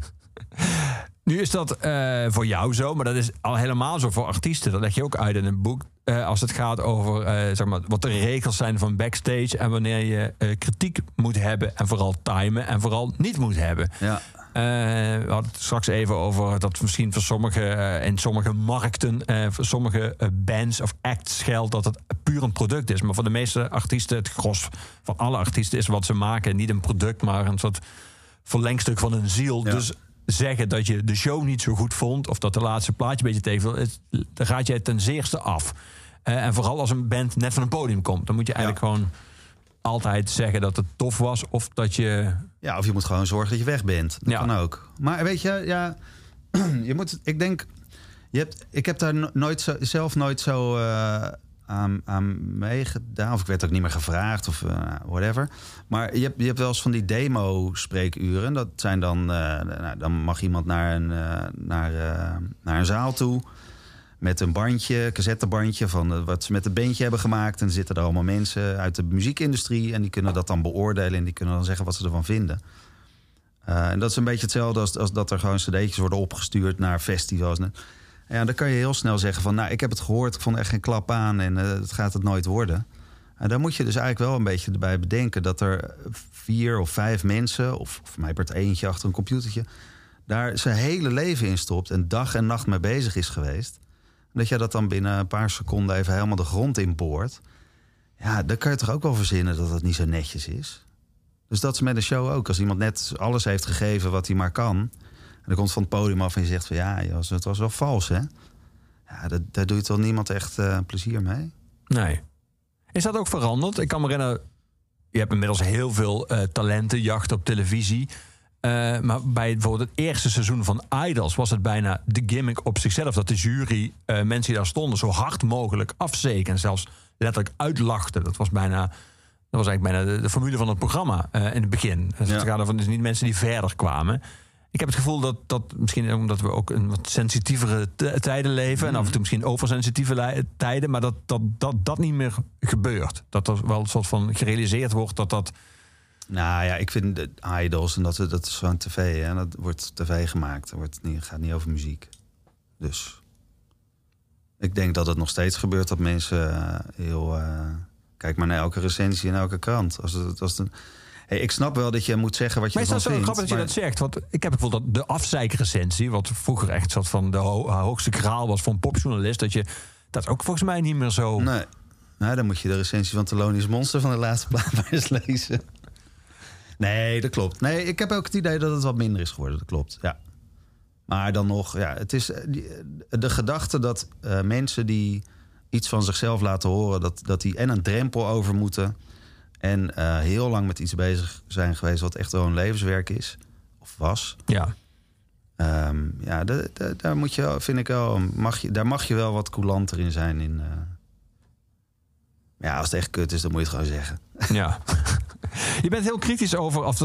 Nu is dat voor jou zo, maar dat is al helemaal zo voor artiesten. Dat leg je ook uit in een boek. Als het gaat over zeg maar, wat de regels zijn van backstage en wanneer je kritiek moet hebben en vooral timen en vooral niet moet hebben. Ja. We hadden het straks even over dat misschien voor in sommige markten, voor sommige bands of acts geldt dat het puur een product is. Maar voor de meeste artiesten, het gros van alle artiesten, is wat ze maken niet een product, maar een soort verlengstuk van hun ziel. Ja. Dus zeggen dat je de show niet zo goed vond of dat de laatste plaatje een beetje tegenviel, dan raad je ten zeerste af. En vooral als een band net van een podium komt, dan moet je eigenlijk gewoon altijd zeggen dat het tof was of dat je... Ja, of je moet gewoon zorgen dat je weg bent. Dat kan ook. Maar weet je, ja, je moet... Ik denk, ik heb daar zelf nooit zo aan meegedaan. Of ik werd ook niet meer gevraagd of whatever. Maar je hebt wel eens van die demo-spreekuren. Dat zijn dan... dan mag iemand naar een zaal toe met een bandje, cassettebandje van wat ze met het bandje hebben gemaakt. En er zitten er allemaal mensen uit de muziekindustrie en die kunnen dat dan beoordelen en die kunnen dan zeggen wat ze ervan vinden. En dat is een beetje hetzelfde als dat er gewoon cd'tjes worden opgestuurd naar festivals. Ja, dan kan je heel snel zeggen van, nou, ik heb het gehoord, ik vond er echt geen klap aan en dat gaat het nooit worden. En dan moet je dus eigenlijk wel een beetje erbij bedenken dat er 4 of 5 mensen, of voor mij per eentje achter een computertje, daar zijn hele leven in stopt en dag en nacht mee bezig is geweest. Dat je dat dan binnen een paar seconden even helemaal de grond in boort. Ja, dan kan je toch ook wel verzinnen dat het niet zo netjes is. Dus dat is met een show ook. Als iemand net alles heeft gegeven wat hij maar kan. En dan komt van het podium af en je zegt van ja, het was wel vals, hè? Ja, daar doe je toch niemand echt plezier mee? Nee. Is dat ook veranderd? Ik kan me herinneren, je hebt inmiddels heel veel talentenjacht op televisie. Maar bij bijvoorbeeld het eerste seizoen van Idols was het bijna de gimmick op zichzelf. Dat de jury mensen die daar stonden zo hard mogelijk afzeken. En zelfs letterlijk uitlachten. Dat was eigenlijk bijna de formule van het programma in het begin. Dus het gaat over dus niet mensen die verder kwamen. Ik heb het gevoel dat misschien omdat we ook in wat sensitievere tijden leven. En af en toe misschien oversensitieve tijden. Maar dat niet meer gebeurt. Dat er wel een soort van gerealiseerd wordt dat... Nou ja, ik vind de Idols en dat is gewoon tv. Hè? Dat wordt tv gemaakt. Het gaat niet over muziek. Dus ik denk dat het nog steeds gebeurt dat mensen heel... kijk maar naar elke recensie in elke krant. Ik snap wel dat je moet zeggen wat je ervan vindt. Maar is dat zo grappig dat je dat zegt? Want ik heb het gevoel dat de afzeikrecensie, wat vroeger echt soort van de hoogste graal was voor een popjournalist, dat ook volgens mij niet meer zo... Nee. Nou, dan moet je de recensie van Thelonious Monster van de laatste plaat maar eens lezen. Nee, dat klopt. Nee, ik heb ook het idee dat het wat minder is geworden. Dat klopt, ja. Maar dan nog, ja, het is de gedachte dat mensen die iets van zichzelf laten horen, dat die en een drempel over moeten en heel lang met iets bezig zijn geweest wat echt wel een levenswerk is of was. Ja. Daar moet je, vind ik wel, daar mag je wel wat coulanter in zijn. Ja, als het echt kut is, dan moet je het gewoon zeggen. Ja. Je bent heel kritisch over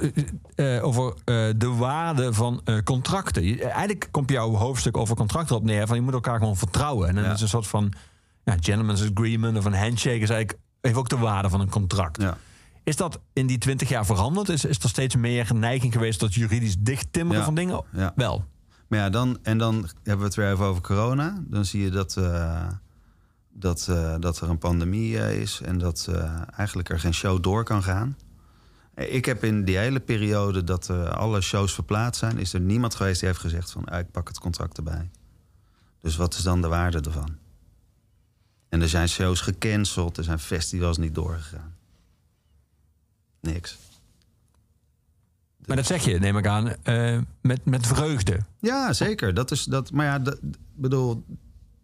de waarde van contracten. Eigenlijk komt jouw hoofdstuk over contracten op neer van je moet elkaar gewoon vertrouwen. En dan is een soort van gentleman's agreement of een handshake is eigenlijk heeft ook de waarde van een contract. Ja. Is dat in die 20 jaar veranderd? Is er steeds meer neiging geweest tot juridisch dichttimmeren van dingen? Ja. Wel. Maar ja, dan hebben we het weer even over corona. Dan zie je dat er een pandemie is en dat eigenlijk er geen show door kan gaan. Ik heb in die hele periode dat alle shows verplaatst zijn, is er niemand geweest die heeft gezegd van ik pak het contract erbij. Dus wat is dan de waarde ervan? En er zijn shows gecanceld, er zijn festivals niet doorgegaan. Niks. Maar dat zeg je, neem ik aan, met vreugde. Ja, zeker. Maar ja, bedoel,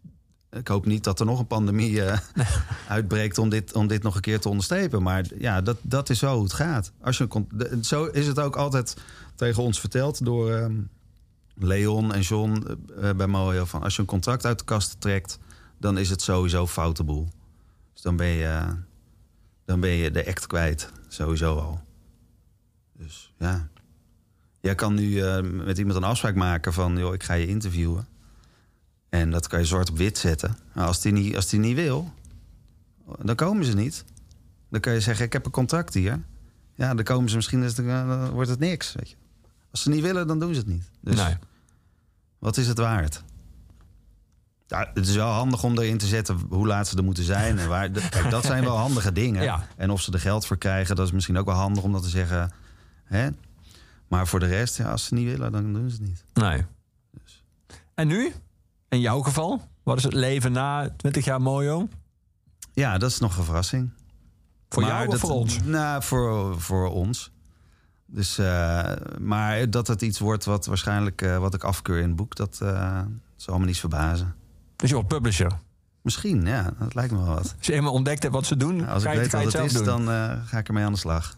Ik hoop niet dat er nog een pandemie uitbreekt om dit nog een keer te onderstrepen. Maar ja, dat is zo hoe het gaat. Zo is het ook altijd tegen ons verteld door Leon en John bij Mojo. Van als je een contract uit de kast trekt, dan is het sowieso foute boel. Dus dan ben je de act kwijt, sowieso al. Dus ja. Jij kan nu met iemand een afspraak maken van, joh, ik ga je interviewen. En dat kan je zwart op wit zetten. Maar als die niet wil, dan komen ze niet. Dan kan je zeggen, ik heb een contract hier. Ja, dan komen ze misschien, dan wordt het niks. Weet je. Als ze niet willen, dan doen ze het niet. Dus nee. Wat is het waard? Ja, het is wel handig om erin te zetten hoe laat ze er moeten zijn. En waar, kijk, dat zijn wel handige dingen. Ja. En of ze er geld voor krijgen, dat is misschien ook wel handig om dat te zeggen. Hè? Maar voor de rest, ja, als ze niet willen, dan doen ze het niet. Nee. Dus. En nu? In jouw geval? Wat is het leven na 20 jaar Mojo? Ja, dat is nog een verrassing. Voor jou of voor ons? Nou, voor ons. Dus, maar dat het iets wordt wat waarschijnlijk wat ik afkeur in het boek, dat zal me niet verbazen. Dus je wordt publisher? Misschien, ja. Dat lijkt me wel wat. Als je eenmaal ontdekt hebt wat ze doen, als ik weet wat het is, dan ga ik ermee aan de slag.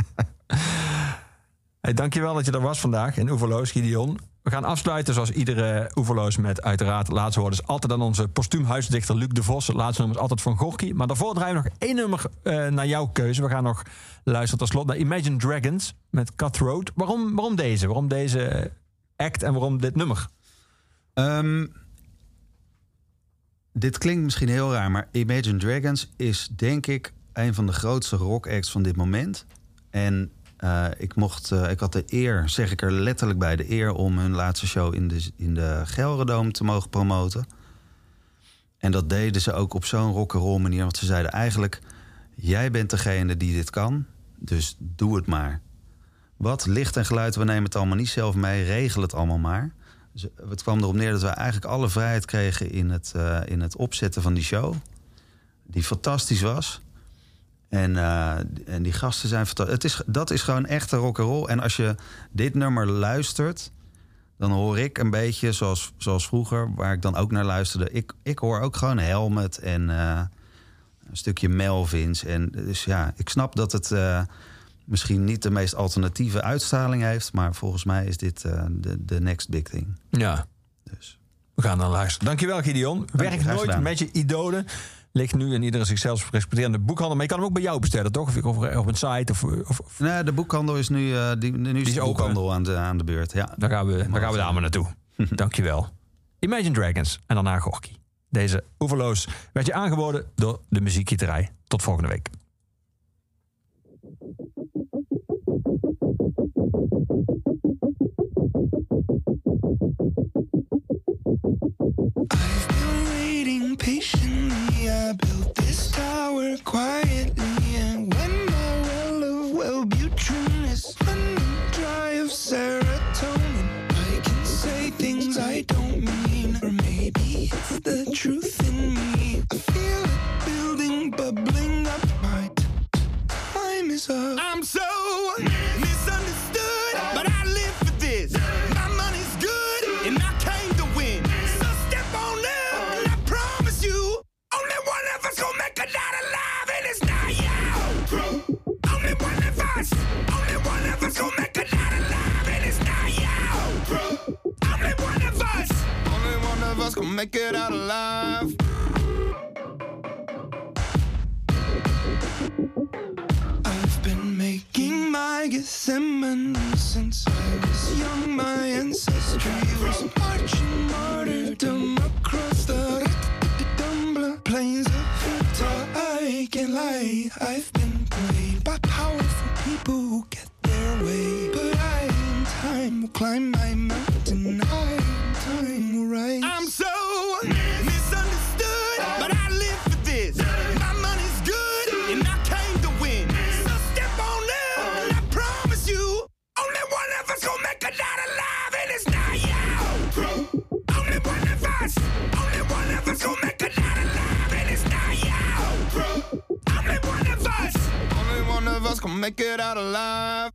Hey, dankjewel dat je er was vandaag in Oeverloos, Gideon. We gaan afsluiten zoals iedere Oeverloos met uiteraard het laatste woord. Dus altijd aan onze postuum huisdichter Luc de Vos. Het laatste nummer is altijd van Gorky. Maar daarvoor draaien we nog 1 nummer naar jouw keuze. We gaan nog luisteren tot slot naar Imagine Dragons met Cutthroat. Waarom deze? Waarom deze act en waarom dit nummer? Dit klinkt misschien heel raar, maar Imagine Dragons is denk ik een van de grootste rockacts van dit moment. En ik had de eer, zeg ik er letterlijk bij, de eer om hun laatste show in de Gelredome te mogen promoten. En dat deden ze ook op zo'n rock'n'roll manier. Want ze zeiden eigenlijk, jij bent degene die dit kan, dus doe het maar. Wat licht en geluid, we nemen het allemaal niet zelf mee, regel het allemaal maar. Dus het kwam erop neer dat we eigenlijk alle vrijheid kregen in het opzetten van die show. Die fantastisch was. En die gasten zijn fantastisch. Dat is gewoon echte rock'n'roll. En als je dit nummer luistert, dan hoor ik een beetje zoals vroeger, waar ik dan ook naar luisterde. Ik hoor ook gewoon Helmet en een stukje Melvins. En dus ja, ik snap dat het misschien niet de meest alternatieve uitstraling heeft, maar volgens mij is dit de next big thing. Ja. Dus. We gaan dan luisteren. Dankjewel, Gideon. Werk nooit met je idolen. Ligt nu in iedere zichzelf respecterende boekhandel. Maar je kan hem ook bij jou bestellen, toch? Of op een site? Of... Nee, de boekhandel is nu die is de boekhandel aan de beurt. Ja. Dan gaan we daar maar naartoe. Dankjewel. Imagine Dragons en daarna Gorky. Deze Oeverloos werd je aangeboden door de Muziekgieterij. Tot volgende week. I've been waiting patiently. I built this tower quietly, and when my well of Wellbutrin is running dry of serotonin, I can say things I don't mean, or maybe it's the truth in me. I feel it building, bubbling up. My time is up. I'm so misunderstood, but I live for this. My money's good, and I came to win. So step on up, and I promise you, only one of us gon' make it out alive, and it's not you. Only one of us gon' make it out alive, and it's not you. Only one of us gon' make it out alive. I've been making my Gethsemane since I was young. My ancestry was marching martyrdom across the plains of Utah. I can't lie, I've been played by powerful people who get their way. But I, in time, will climb my mountain. I, in time, will rise. I'm so misunderstood, but I live for this. My money's good, and I came to win. So step on up, and I promise you, only one of us gon' make it out alive, and it's not you. Only one of us gon' make it out alive, and it's not you. Only one of us gon' make it out alive.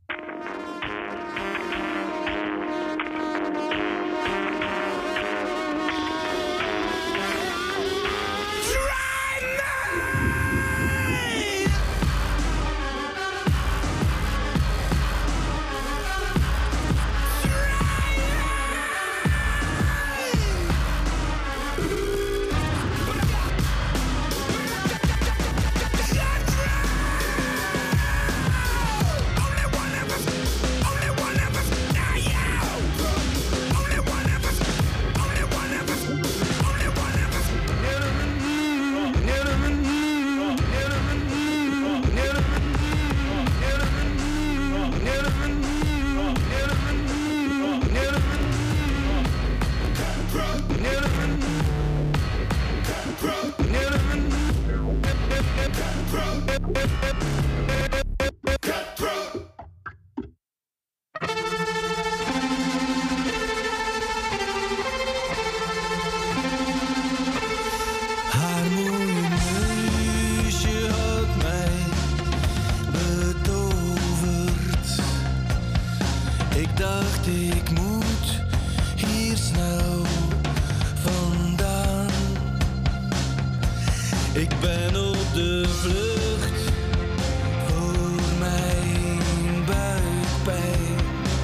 Ik ben op de vlucht voor mijn buikpijn,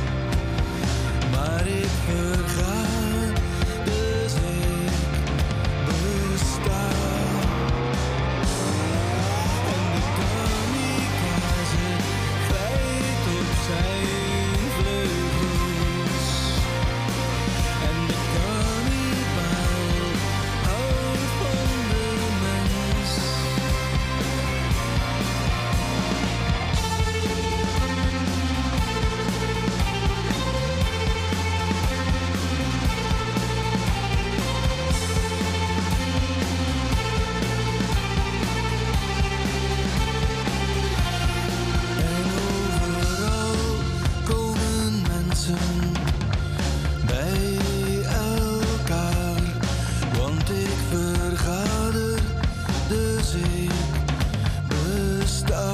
maar ik verga, dus ik besta. En de kamikaze glijdt op zijn vleugels. En de kannibaal houdt van de mens. En overal komen mensen bij elkaar, want ik vergader, dus ik besta.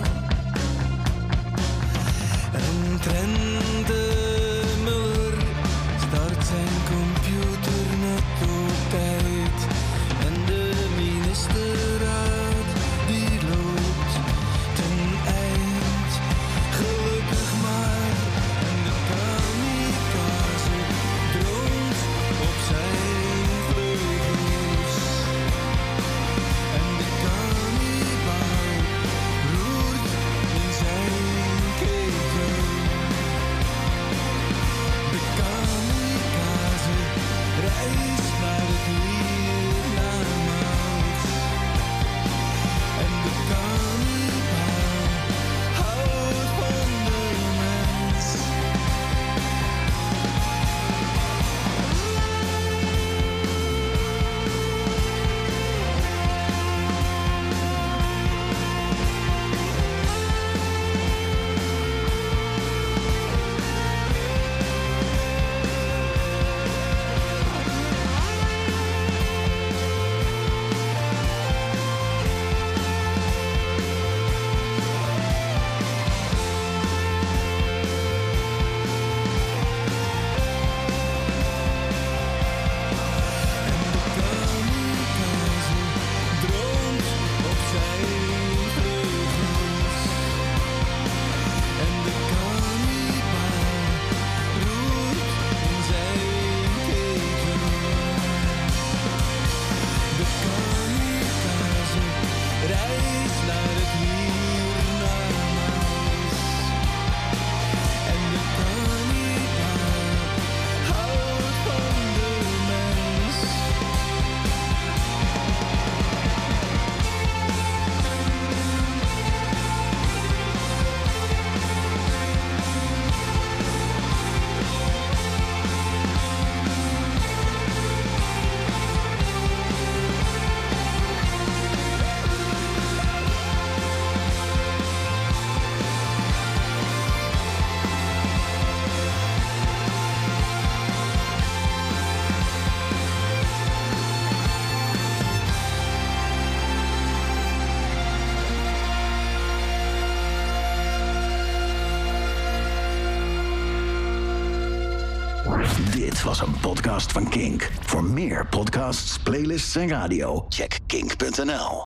En Trent de Muller start zijn computer net op tijd. En de ministerraad die loopt ten eind, gelukkig maar. En de kamikaze droomt op zijn vleugels. En de kannibaal roert in zijn keten. De kamikaze reist naar het hiernamaals. En de kannibaal houdt van de mens. Kamikaze droomt op zijn vleugels. En de kannibaal roert in zijn keten. De kamikaze reist naar het hiernamaals. En de kannibaal houdt van de mens. Dit was een podcast van Kink. Voor meer podcasts, playlists en radio, check kink.nl.